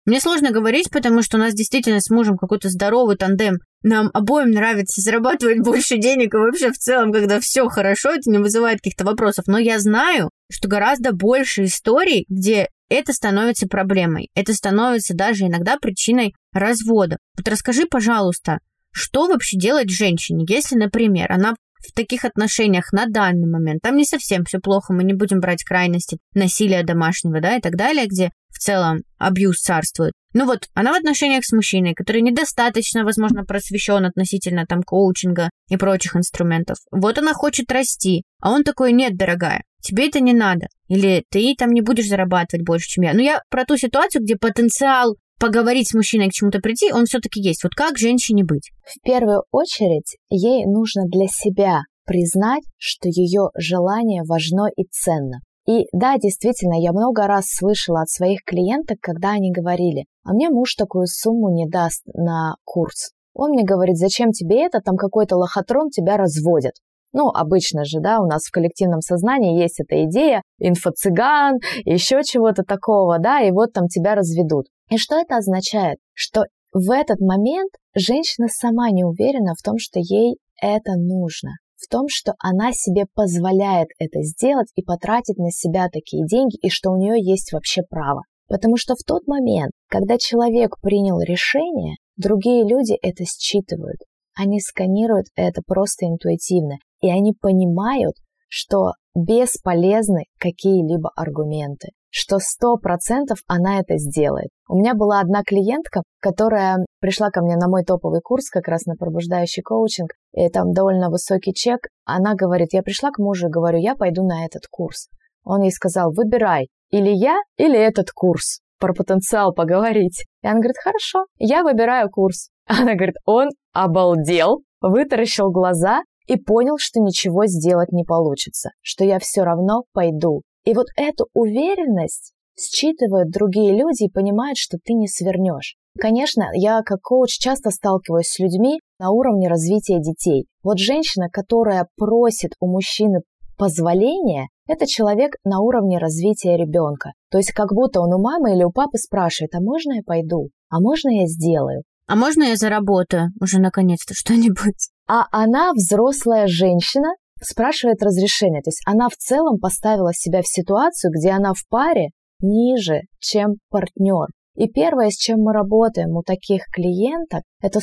Мне сложно говорить, потому что у нас действительно с мужем какой-то здоровый тандем. Нам обоим нравится зарабатывать больше денег, и вообще в целом, когда все хорошо, это не вызывает каких-то вопросов. Но я знаю, что гораздо больше историй, где это становится проблемой. Это становится даже иногда причиной развода. Вот расскажи, пожалуйста, что вообще делать женщине, если, например, она в таких отношениях на данный момент, там не совсем все плохо, мы не будем брать крайности насилия домашнего, да, и так далее, где в целом абьюз царствует. Ну вот, она в отношениях с мужчиной, который недостаточно, возможно, просвещен относительно там коучинга и прочих инструментов. Вот она хочет расти, а он такой: нет, дорогая, тебе это не надо. Или ты там не будешь зарабатывать больше, чем я. Но я про ту ситуацию, где потенциал поговорить с мужчиной, к чему-то прийти, он все-таки есть. Вот как женщине быть? В первую очередь, ей нужно для себя признать, что ее желание важно и ценно. И да, действительно, я много раз слышала от своих клиенток, когда они говорили: а мне муж такую сумму не даст на курс. Он мне говорит: зачем тебе это, там какой-то лохотрон, тебя разводят. Ну, обычно же, да, у нас в коллективном сознании есть эта идея инфо-цыган, еще чего-то такого, да, и вот там тебя разведут. И что это означает? Что в этот момент женщина сама не уверена в том, что ей это нужно, в том, что она себе позволяет это сделать и потратить на себя такие деньги, и что у нее есть вообще право. Потому что в тот момент, когда человек принял решение, другие люди это считывают. Они сканируют это просто интуитивно, и они понимают, что бесполезны какие-либо аргументы, что 100% она это сделает. У меня была одна клиентка, которая пришла ко мне на мой топовый курс, как раз на пробуждающий коучинг, и там довольно высокий чек. Она говорит: я пришла к мужу и говорю: я пойду на этот курс. Он ей сказал: выбирай, или я, или этот курс. Про потенциал поговорить. И она говорит: хорошо, я выбираю курс. Она говорит: он обалдел, вытаращил глаза и понял, что ничего сделать не получится, что я все равно пойду. И вот эту уверенность считывают другие люди и понимают, что ты не свернешь. Конечно, я как коуч часто сталкиваюсь с людьми на уровне развития детей. Вот женщина, которая просит у мужчины позволения, это человек на уровне развития ребенка. То есть как будто он у мамы или у папы спрашивает: а можно я пойду? А можно я сделаю? А можно я заработаю уже наконец-то что-нибудь? А она, взрослая женщина, спрашивает разрешение. То есть она в целом поставила себя в ситуацию, где она в паре ниже, чем партнер. И первое, с чем мы работаем у таких клиенток, это 100%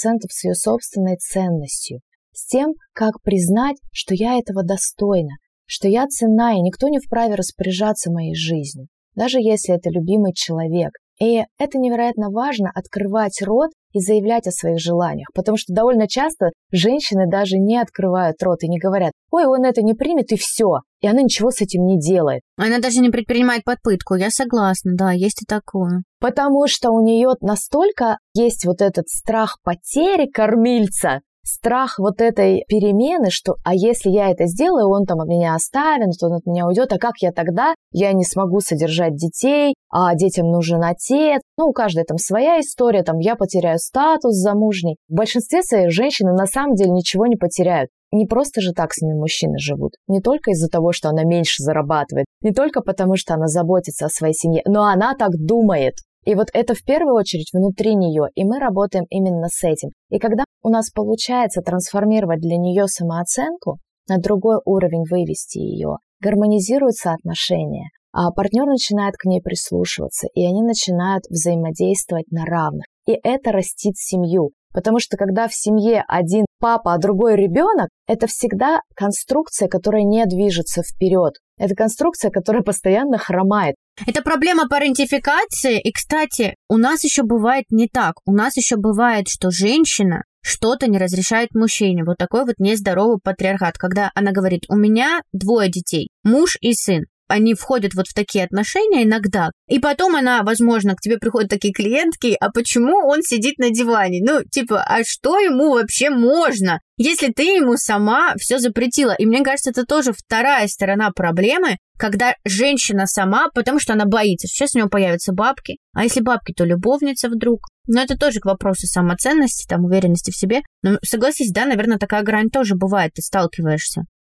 с ее собственной ценностью. С тем, как признать, что я этого достойна, что я ценна, и никто не вправе распоряжаться моей жизнью, даже если это любимый человек. И это невероятно важно — открывать рот и заявлять о своих желаниях, потому что довольно часто женщины даже не открывают рот и не говорят: ой, он это не примет, и все, и она ничего с этим не делает. Она даже не предпринимает попытку, я согласна, да, есть и такое. Потому что у нее настолько есть вот этот страх потери кормильца, страх вот этой перемены, что а если я это сделаю, он там от меня оставит, он от меня уйдет, а как я тогда? Я не смогу содержать детей, а детям нужен отец. Ну, у каждой там своя история, там я потеряю статус замужней. В большинстве своих женщины на самом деле ничего не потеряют. Не просто же так с ними мужчины живут. Не только из-за того, что она меньше зарабатывает, не только потому, что она заботится о своей семье, но она так думает. И вот это в первую очередь внутри нее, и мы работаем именно с этим. И когда у нас получается трансформировать для нее самооценку, на другой уровень вывести ее, гармонизируются отношения, а партнер начинает к ней прислушиваться, и они начинают взаимодействовать на равных. И это растит семью. Потому что когда в семье один папа, а другой ребенок, это всегда конструкция, которая не движется вперед. Это конструкция, которая постоянно хромает. Это проблема парентификации. И, кстати, у нас еще бывает не так. У нас еще бывает, что женщина что-то не разрешает мужчине. Вот такой вот нездоровый патриархат, когда она говорит: у меня 2 детей, муж и сын. Они входят вот в такие отношения иногда, и потом она, возможно, к тебе приходят такие клиентки: а почему он сидит на диване? Ну, типа, а что ему вообще можно, если ты ему сама все запретила? И мне кажется, это тоже вторая сторона проблемы, когда женщина сама, потому что она боится, что сейчас у него появятся бабки, а если бабки, то любовница вдруг. Но это тоже к вопросу самоценности, там, уверенности в себе. Но согласись, да, наверное, такая грань тоже бывает, ты сталкиваешься.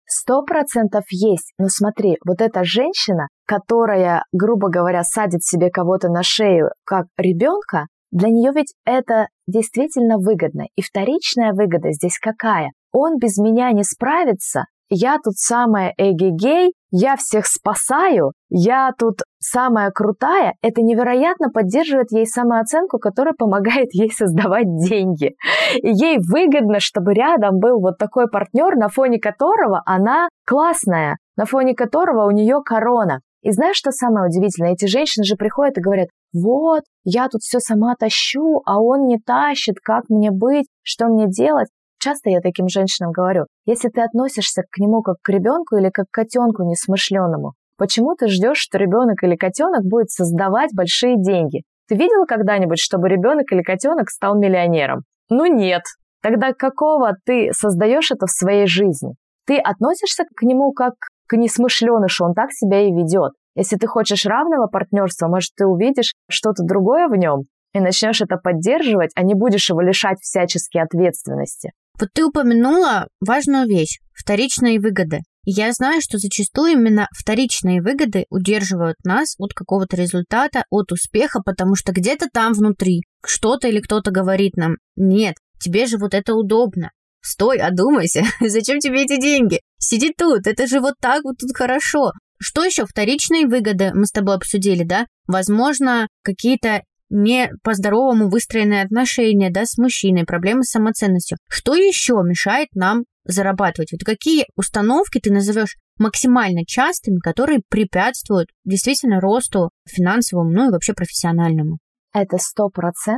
100% есть. Но смотри, вот эта женщина, которая, грубо говоря, садит себе кого-то на шею как ребенка, для нее ведь это действительно выгодно. И вторичная выгода здесь какая? Он без меня не справится, я тут самая эгегей, я всех спасаю, я тут самая крутая. Это невероятно поддерживает ей самооценку, которая помогает ей создавать деньги. И ей выгодно, чтобы рядом был вот такой партнер, на фоне которого она классная, на фоне которого у нее корона. И знаешь, что самое удивительное? Эти женщины же приходят и говорят: вот, я тут все сама тащу, а он не тащит, как мне быть, что мне делать? Часто я таким женщинам говорю: если ты относишься к нему как к ребенку или как к котенку несмышленному, почему ты ждешь, что ребенок или котенок будет создавать большие деньги? Ты видела когда-нибудь, чтобы ребенок или котенок стал миллионером? Ну нет. Тогда какого ты создаешь это в своей жизни? Ты относишься к нему как к несмышленышу, он так себя и ведет. Если ты хочешь равного партнерства, может, ты увидишь что-то другое в нем и начнешь это поддерживать, а не будешь его лишать всячески ответственности. Вот ты упомянула важную вещь – вторичные выгоды. И я знаю, что зачастую именно вторичные выгоды удерживают нас от какого-то результата, от успеха, потому что где-то там внутри что-то или кто-то говорит нам: нет, тебе же вот это удобно. Стой, одумайся, зачем тебе эти деньги? Сиди тут, это же вот так вот тут хорошо. Что еще? Вторичные выгоды мы с тобой обсудили, да? Возможно, какие-то не по-здоровому выстроенные отношения, да, с мужчиной, проблемы с самоценностью. Что еще мешает нам зарабатывать? Вот какие установки ты назовешь максимально частыми, которые препятствуют действительно росту финансовому, ну и вообще профессиональному? Это 100%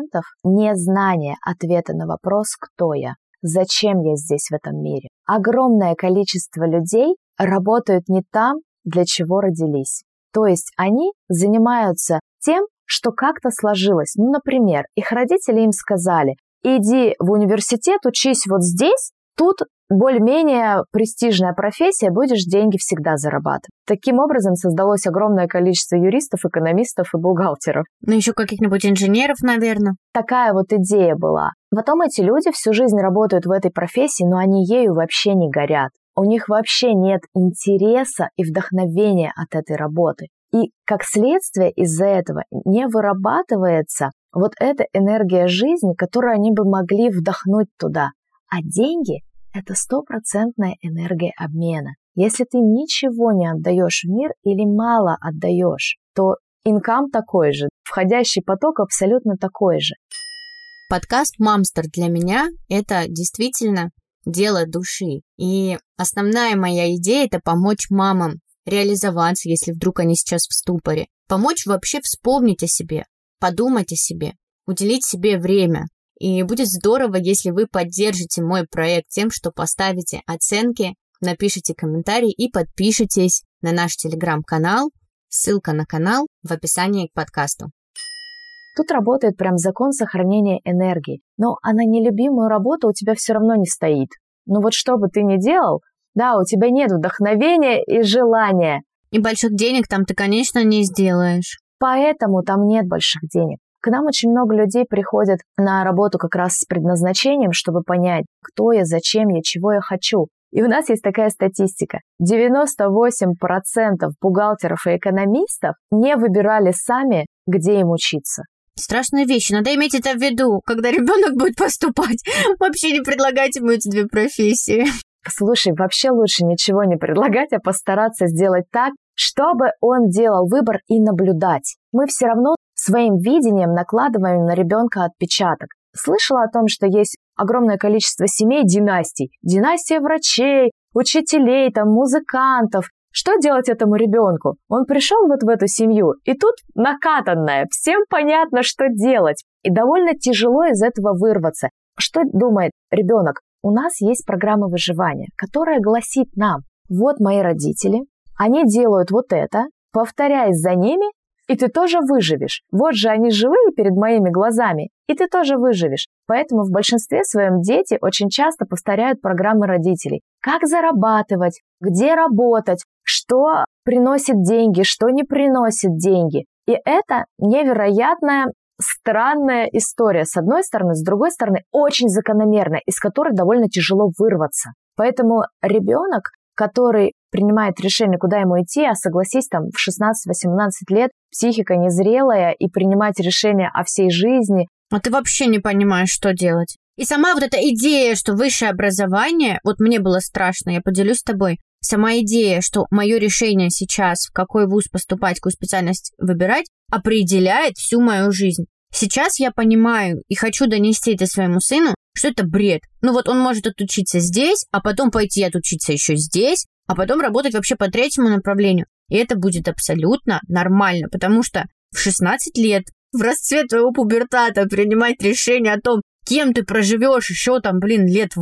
незнание ответа на вопрос «Кто я?». Зачем я здесь в этом мире? Огромное количество людей работают не там, для чего родились. То есть они занимаются тем, что как-то сложилось. Ну, например, их родители им сказали: иди в университет, учись вот здесь, тут более-менее престижная профессия, будешь деньги всегда зарабатывать. Таким образом создалось огромное количество юристов, экономистов и бухгалтеров. Ну, еще каких-нибудь инженеров, наверное. Такая вот идея была. Потом эти люди всю жизнь работают в этой профессии, но они ею вообще не горят. У них вообще нет интереса и вдохновения от этой работы. И как следствие из-за этого не вырабатывается вот эта энергия жизни, которую они бы могли вдохнуть туда. А деньги – это 100% энергия обмена. Если ты ничего не отдаешь в мир или мало отдаешь, то инкам такой же, входящий поток абсолютно такой же. Подкаст «Мамстер» для меня – это действительно дело души. И основная моя идея – это помочь мамам реализоваться, если вдруг они сейчас в ступоре. Помочь вообще вспомнить о себе, подумать о себе, уделить себе время. И будет здорово, если вы поддержите мой проект тем, что поставите оценки, напишите комментарий и подпишитесь на наш телеграм-канал. Ссылка на канал в описании к подкасту. Тут работает прям закон сохранения энергии. Но на нелюбимую работу у тебя все равно не стоит. Ну вот что бы ты ни делал, да, у тебя нет вдохновения и желания. И больших денег там ты, конечно, не сделаешь. Поэтому там нет больших денег. К нам очень много людей приходят на работу как раз с предназначением, чтобы понять, кто я, зачем я, чего я хочу. И у нас есть такая статистика. 98% бухгалтеров и экономистов не выбирали сами, где им учиться. Страшные вещи. Надо иметь это в виду, когда ребенок будет поступать. Вообще не предлагать ему эти две профессии. Слушай, вообще лучше ничего не предлагать, а постараться сделать так, чтобы он делал выбор и наблюдать. Мы все равно своим видением накладываем на ребенка отпечаток. Слышала о том, что есть огромное количество семей династий. Династия врачей, учителей, там, музыкантов. Что делать этому ребенку? Он пришел вот в эту семью, и тут накатанная, всем понятно, что делать. И довольно тяжело из этого вырваться. Что думает ребенок? У нас есть программа выживания, которая гласит нам: вот мои родители, они делают вот это, повторяй за ними, и ты тоже выживешь. Вот же они живые перед моими глазами, и ты тоже выживешь. Поэтому в большинстве своем дети очень часто повторяют программы родителей. Как зарабатывать, где работать, что приносит деньги, что не приносит деньги. И это невероятная, странная история, с одной стороны, с другой стороны, очень закономерная, из которой довольно тяжело вырваться. Поэтому ребенок, который принимает решение, куда ему идти, а согласись, там в 16-18 лет психика незрелая и принимать решения о всей жизни. А ты вообще не понимаешь, что делать. И сама вот эта идея, что высшее образование, вот мне было страшно, я поделюсь с тобой, сама идея, что мое решение сейчас, в какой вуз поступать, какую специальность выбирать, определяет всю мою жизнь. Сейчас я понимаю и хочу донести это своему сыну, что это бред. Ну вот он может отучиться здесь, а потом пойти отучиться еще здесь, а потом работать вообще по третьему направлению. И это будет абсолютно нормально, потому что в 16 лет, в расцвет твоего пубертата, принимать решение о том, кем ты проживешь еще там, лет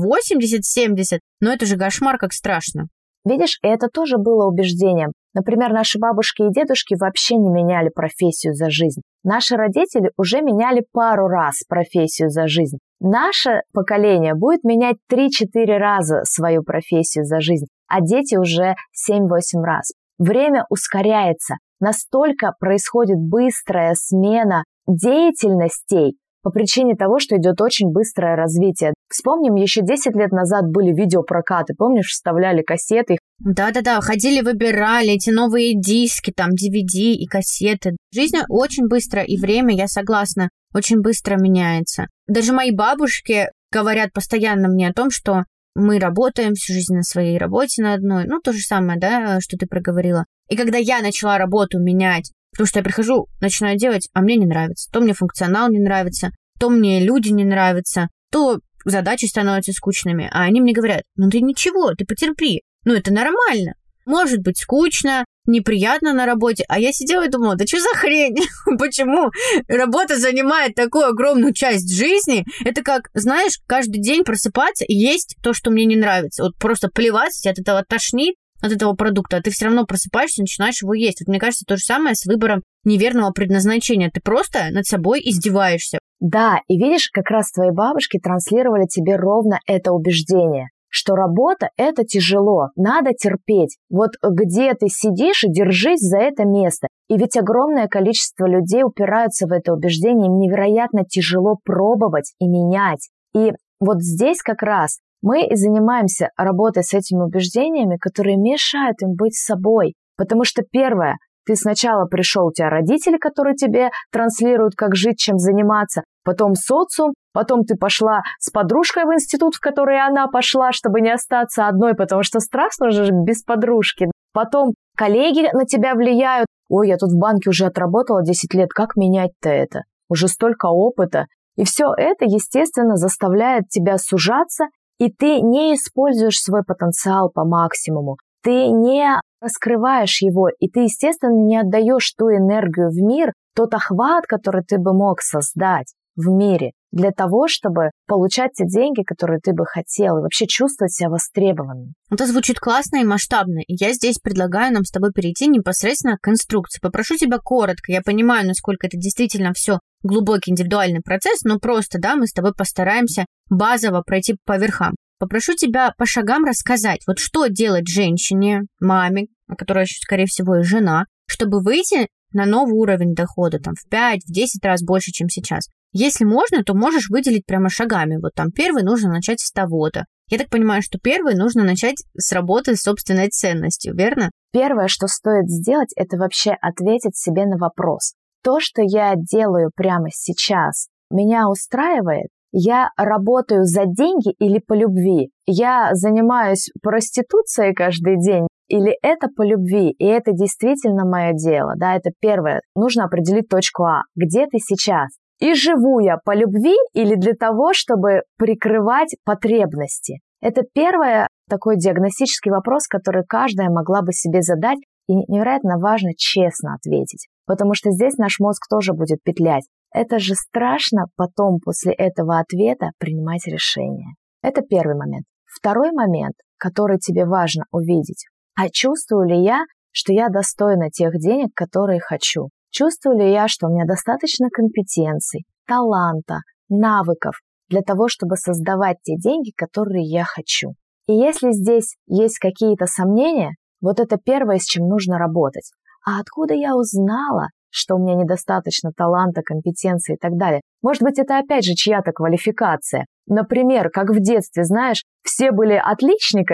80-70, но это же кошмар, как страшно. Видишь, это тоже было убеждением. Например, наши бабушки и дедушки вообще не меняли профессию за жизнь. Наши родители уже меняли пару раз профессию за жизнь. Наше поколение будет менять 3-4 раза свою профессию за жизнь, а дети уже 7-8 раз. Время ускоряется. Настолько происходит быстрая смена деятельностей по причине того, что идет очень быстрое развитие. Вспомним, еще 10 лет назад были видеопрокаты, помнишь, вставляли кассеты. Да-да-да, ходили, выбирали эти новые диски, там, DVD и кассеты. Жизнь очень быстро, и время, я согласна, очень быстро меняется. Даже мои бабушки говорят постоянно мне о том, что мы работаем всю жизнь на своей работе на одной. Ну, то же самое, да, что ты проговорила. И когда я начала работу менять, потому что я прихожу, начинаю делать, а мне не нравится. То мне функционал не нравится, то мне люди не нравятся, то задачи становятся скучными. А они мне говорят, ну ты ничего, ты потерпи. Ну это нормально. Может быть скучно, неприятно на работе. А я сидела и думала, да что за хрень? Почему работа занимает такую огромную часть жизни? Это как, знаешь, каждый день просыпаться и есть то, что мне не нравится. Вот просто плевать, тебя от этого тошнит, от этого продукта, а ты все равно просыпаешься и начинаешь его есть. Вот мне кажется, то же самое с выбором неверного предназначения. Ты просто над собой издеваешься. Да, и видишь, как раз твои бабушки транслировали тебе ровно это убеждение, что работа – это тяжело, надо терпеть. Вот где ты сидишь и держись за это место. И ведь огромное количество людей упираются в это убеждение, им невероятно тяжело пробовать и менять. И вот здесь как раз мы и занимаемся работой с этими убеждениями, которые мешают им быть собой. Потому что первое, ты сначала пришел, у тебя родители, которые тебе транслируют, как жить, чем заниматься, потом социум, потом ты пошла с подружкой в институт, в который она пошла, чтобы не остаться одной, потому что страшно же без подружки. Потом коллеги на тебя влияют. Ой, я тут в банке уже отработала 10 лет, как менять-то это? Уже столько опыта. И все это, естественно, заставляет тебя сужаться, и ты не используешь свой потенциал по максимуму. Ты не раскрываешь его, и ты, естественно, не отдаешь ту энергию в мир, тот охват, который ты бы мог создать в мире для того, чтобы получать те деньги, которые ты бы хотел, и вообще чувствовать себя востребованным. Это звучит классно и масштабно. И я здесь предлагаю нам с тобой перейти непосредственно к инструкции. Попрошу тебя коротко. Я понимаю, насколько это действительно все глубокий индивидуальный процесс, но просто, да, мы с тобой постараемся базово пройти по верхам. Попрошу тебя по шагам рассказать, вот что делать женщине, маме, которая, скорее всего, и жена, чтобы выйти на новый уровень дохода, там, в 5-10 раз больше, чем сейчас. Если можно, то можешь выделить прямо шагами. Вот там первый нужно начать с того-то. Я так понимаю, что первый нужно начать с работы с собственной ценностью, верно? Первое, что стоит сделать, это вообще ответить себе на вопрос. То, что я делаю прямо сейчас, меня устраивает? Я работаю за деньги или по любви? Я занимаюсь проституцией каждый день или это по любви? И это действительно мое дело. Да, это первое. Нужно определить точку А. Где ты сейчас? И живу я по любви или для того, чтобы прикрывать потребности? Это первый такой диагностический вопрос, который каждая могла бы себе задать. И невероятно важно честно ответить. Потому что здесь наш мозг тоже будет петлять. Это же страшно потом после этого ответа принимать решение. Это первый момент. Второй момент, который тебе важно увидеть. А чувствую ли я, что я достойна тех денег, которые хочу? Чувствую ли я, что у меня достаточно компетенций, таланта, навыков для того, чтобы создавать те деньги, которые я хочу? И если здесь есть какие-то сомнения, вот это первое, с чем нужно работать. А откуда я узнала, что у меня недостаточно таланта, компетенции и так далее? Может быть, это опять же чья-то квалификация. Например, как в детстве, знаешь, все были отличниками,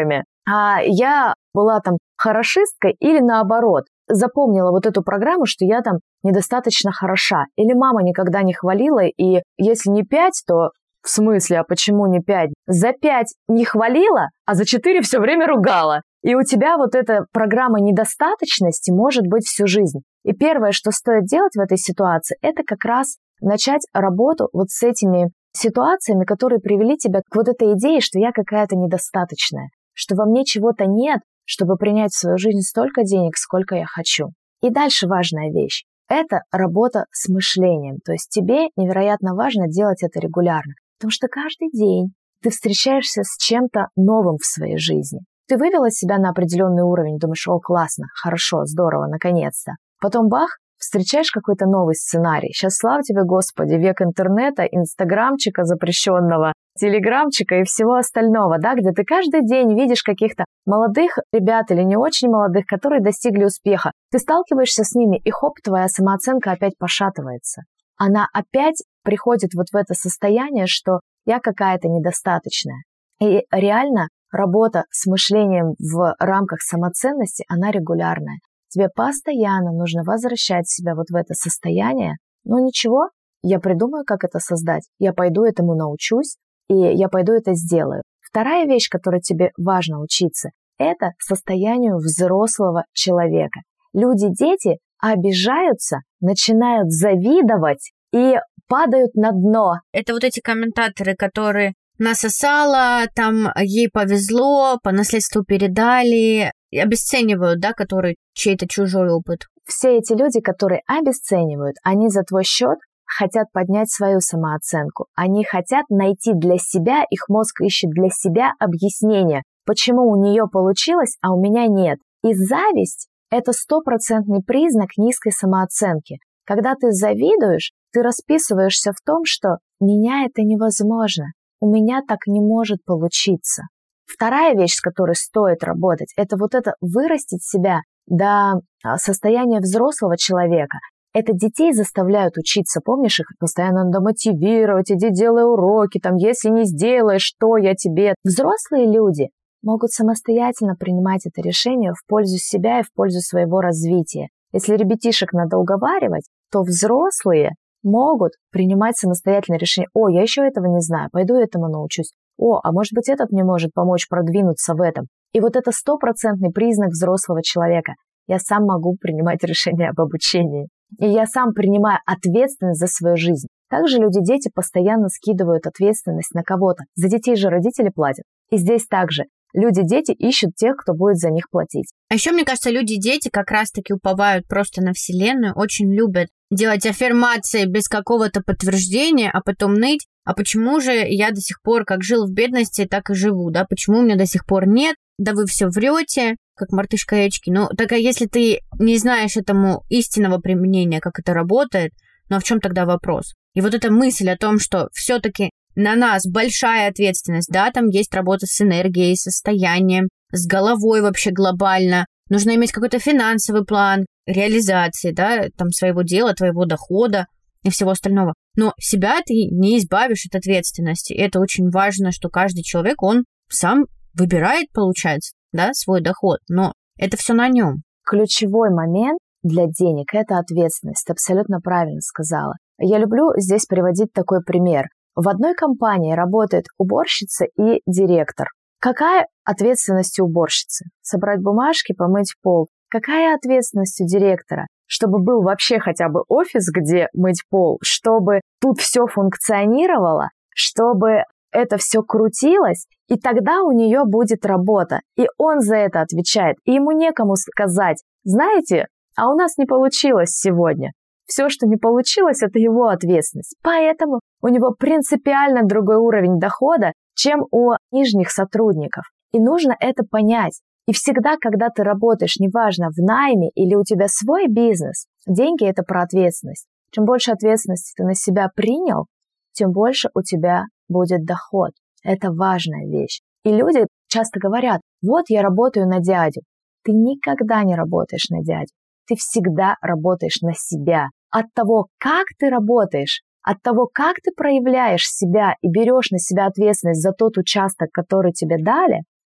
а я была там хорошисткой или наоборот, запомнила вот эту программу, что я там недостаточно хороша. Или мама никогда не хвалила, и если не 5, то в смысле, а почему не 5? За 5 не хвалила, а за 4 все время ругала. И у тебя вот эта программа недостаточности может быть всю жизнь. И первое, что стоит делать в этой ситуации, это как раз начать работу вот с этими ситуациями, которые привели тебя к вот этой идее, что я какая-то недостаточная, что во мне чего-то нет, чтобы принять в свою жизнь столько денег, сколько я хочу. И дальше важная вещь. Это работа с мышлением. То есть тебе невероятно важно делать это регулярно. Потому что каждый день ты встречаешься с чем-то новым в своей жизни. Ты вывела себя на определенный уровень, думаешь, о, классно, хорошо, здорово, наконец-то. Потом бах, встречаешь какой-то новый сценарий. Сейчас, слава тебе, Господи, век интернета, инстаграмчика запрещенного, телеграмчика и всего остального, да, где ты каждый день видишь каких-то молодых ребят или не очень молодых, которые достигли успеха. Ты сталкиваешься с ними, и хоп, твоя самооценка опять пошатывается. Она опять приходит вот в это состояние, что я какая-то недостаточная. И реально работа с мышлением в рамках самоценности, она регулярная. Тебе постоянно нужно возвращать себя вот в это состояние. Но ничего, я придумаю, как это создать. Я пойду этому научусь, и я пойду это сделаю. Вторая вещь, которой тебе важно учиться, это состоянию взрослого человека. Люди, дети обижаются, начинают завидовать и падают на дно. Это вот эти комментаторы, которые насосала, там ей повезло, по наследству передали, обесценивают, да, которые чей-то чужой опыт. Все эти люди, которые обесценивают, они за твой счет хотят поднять свою самооценку. Они хотят найти для себя, их мозг ищет для себя объяснение, почему у нее получилось, а у меня нет. И зависть – это 100% признак низкой самооценки. Когда ты завидуешь, ты расписываешься в том, что «меня это невозможно». У меня так не может получиться. Вторая вещь, с которой стоит работать, это вот это вырастить себя до состояния взрослого человека. Это детей заставляют учиться, помнишь, их постоянно надо мотивировать, иди делай уроки, там, если не сделаешь, что я тебе. Взрослые люди могут самостоятельно принимать это решение в пользу себя и в пользу своего развития. Если ребятишек надо уговаривать, то взрослые могут принимать самостоятельное решение. О, я еще этого не знаю, пойду этому научусь. О, а может быть, этот мне может помочь продвинуться в этом. И вот это 100% признак взрослого человека. Я сам могу принимать решения об обучении. И я сам принимаю ответственность за свою жизнь. Также люди-дети постоянно скидывают ответственность на кого-то. За детей же родители платят. И здесь также люди-дети ищут тех, кто будет за них платить. А еще, мне кажется, люди-дети как раз-таки уповают просто на Вселенную, очень любят делать аффирмации без какого-то подтверждения, а потом ныть. А почему же я до сих пор как жил в бедности, так и живу, да? Почему у меня до сих пор нет? Да вы все врете, как мартышка-ячки. Ну, так а если ты не знаешь этому истинного применения, как это работает, ну а в чем тогда вопрос? И вот эта мысль о том, что все-таки на нас большая ответственность, да, там есть работа с энергией, состоянием, с головой вообще глобально. Нужно иметь какой-то финансовый план реализации, да, там своего дела, твоего дохода и всего остального. Но себя ты не избавишь от ответственности. И это очень важно, что каждый человек, он сам выбирает, получается, да, свой доход, но это все на нем. Ключевой момент для денег – это ответственность. Ты абсолютно правильно сказала. Я люблю здесь приводить такой пример. В одной компании работает уборщица и директор. Какая ответственность у уборщицы? Собрать бумажки, помыть пол. Какая ответственность у директора? Чтобы был вообще хотя бы офис, где мыть пол, чтобы тут все функционировало, чтобы это все крутилось, и тогда у нее будет работа. И он за это отвечает. И ему некому сказать, знаете, а у нас не получилось сегодня. Все, что не получилось, это его ответственность. Поэтому у него принципиально другой уровень дохода, чем у нижних сотрудников. И нужно это понять. И всегда, когда ты работаешь, неважно, в найме или у тебя свой бизнес, деньги – это про ответственность. Чем больше ответственности ты на себя принял, тем больше у тебя будет доход. Это важная вещь. И люди часто говорят, вот я работаю на дядю. Ты никогда не работаешь на дядю. Ты всегда работаешь на себя. От того, как ты работаешь, от того, как ты проявляешь себя и берешь на себя ответственность за тот участок, который тебе дали,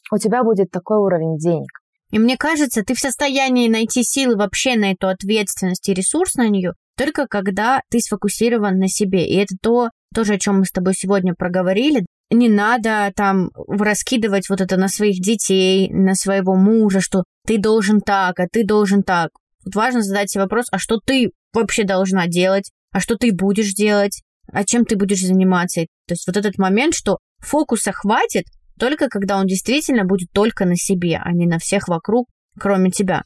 у тебя будет такой уровень денег. И мне кажется, ты в состоянии найти силы вообще на эту ответственность и ресурс на нее только когда ты сфокусирован на себе. И это тоже, о чем мы с тобой сегодня проговорили. Не надо там раскидывать вот это на своих детей, на своего мужа, что ты должен так, а ты должен так. Тут важно задать себе вопрос, а что ты вообще должна делать, а что ты будешь делать, а чем ты будешь заниматься. То есть вот этот момент, что фокуса хватит только когда он действительно будет только на себе, а не на всех вокруг, кроме тебя.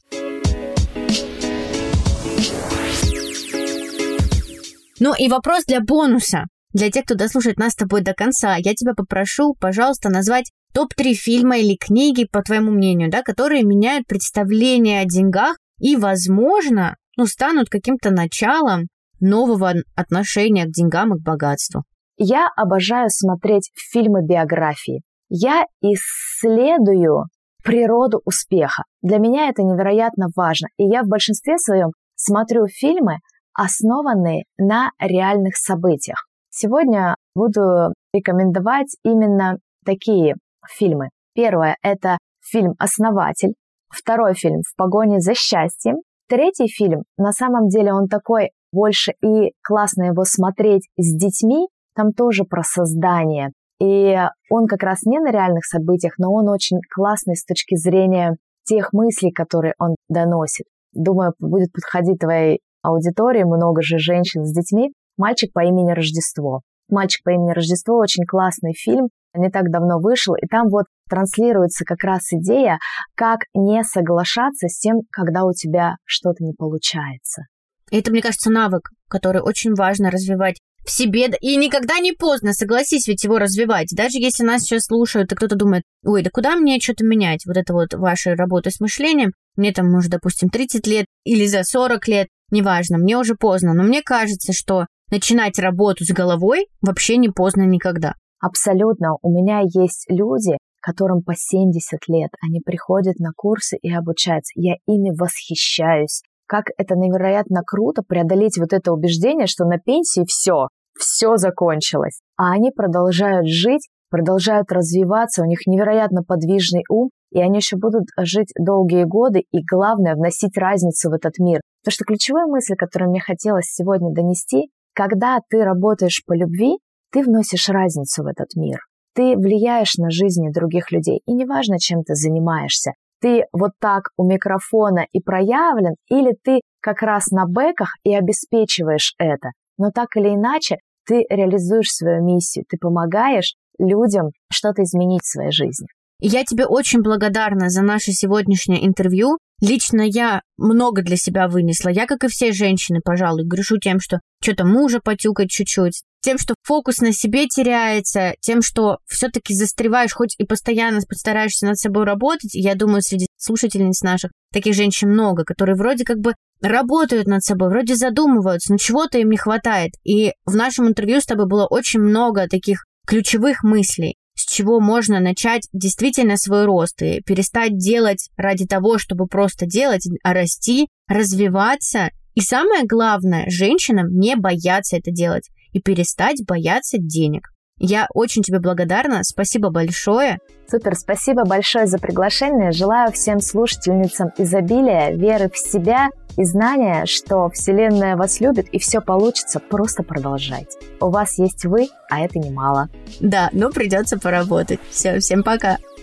Ну и вопрос для бонуса. Для тех, кто дослушает нас с тобой до конца, я тебя попрошу, пожалуйста, назвать топ-3 фильма или книги, по твоему мнению, да, которые меняют представление о деньгах и, возможно, станут каким-то началом нового отношения к деньгам и к богатству. Я обожаю смотреть фильмы-биографии. Я исследую природу успеха. Для меня это невероятно важно. И я в большинстве своем смотрю фильмы, основанные на реальных событиях. Сегодня буду рекомендовать именно такие фильмы. Первое – это фильм «Основатель». Второй фильм «В погоне за счастьем». Третий фильм, на самом деле он такой больше и классно его смотреть с детьми, там тоже про создание. И он как раз не на реальных событиях, но он очень классный с точки зрения тех мыслей, которые он доносит. Думаю, будет подходить твоей аудитории, много же женщин с детьми. «Мальчик по имени Рождество». «Мальчик по имени Рождество» очень классный фильм, не так давно вышел, и там вот транслируется как раз идея, как не соглашаться с тем, когда у тебя что-то не получается. Это, мне кажется, навык, который очень важно развивать в себе. И никогда не поздно, согласись, ведь его развивать. Даже если нас сейчас слушают, и кто-то думает, ой, да куда мне что-то менять? Вот это вот ваша работа с мышлением, мне там, может, допустим, 30 лет или за 40 лет, неважно, мне уже поздно. Но мне кажется, что начинать работу с головой вообще не поздно никогда. Абсолютно. У меня есть люди, которым по 70 лет, они приходят на курсы и обучаются. Я ими восхищаюсь. Как это невероятно круто преодолеть вот это убеждение, что на пенсии все закончилось. А они продолжают жить, продолжают развиваться, у них невероятно подвижный ум, и они еще будут жить долгие годы, и главное, вносить разницу в этот мир. Потому что ключевая мысль, которую мне хотелось сегодня донести, когда ты работаешь по любви, ты вносишь разницу в этот мир. Ты влияешь на жизни других людей, и неважно, чем ты занимаешься. Ты вот так у микрофона и проявлен, или ты как раз на бэках и обеспечиваешь это. Но так или иначе, ты реализуешь свою миссию, ты помогаешь людям что-то изменить в своей жизни. Я тебе очень благодарна за наше сегодняшнее интервью. Лично я много для себя вынесла. Я, как и все женщины, пожалуй, грешу тем, что что-то мужа потюкать чуть-чуть, тем, что фокус на себе теряется, тем, что все-таки застреваешь, хоть и постоянно постараешься над собой работать. Я думаю, среди слушательниц наших таких женщин много, которые вроде как бы работают над собой, вроде задумываются, но чего-то им не хватает. И в нашем интервью с тобой было очень много таких ключевых мыслей, с чего можно начать действительно свой рост и перестать делать ради того, чтобы просто делать, а расти, развиваться. И самое главное, женщинам не бояться это делать и перестать бояться денег. Я очень тебе благодарна, спасибо большое. Супер, спасибо большое за приглашение. Желаю всем слушательницам изобилия, веры в себя и знания, что Вселенная вас любит и все получится, просто продолжайте. У вас есть вы, а это немало. Да, но придется поработать. Все, всем пока.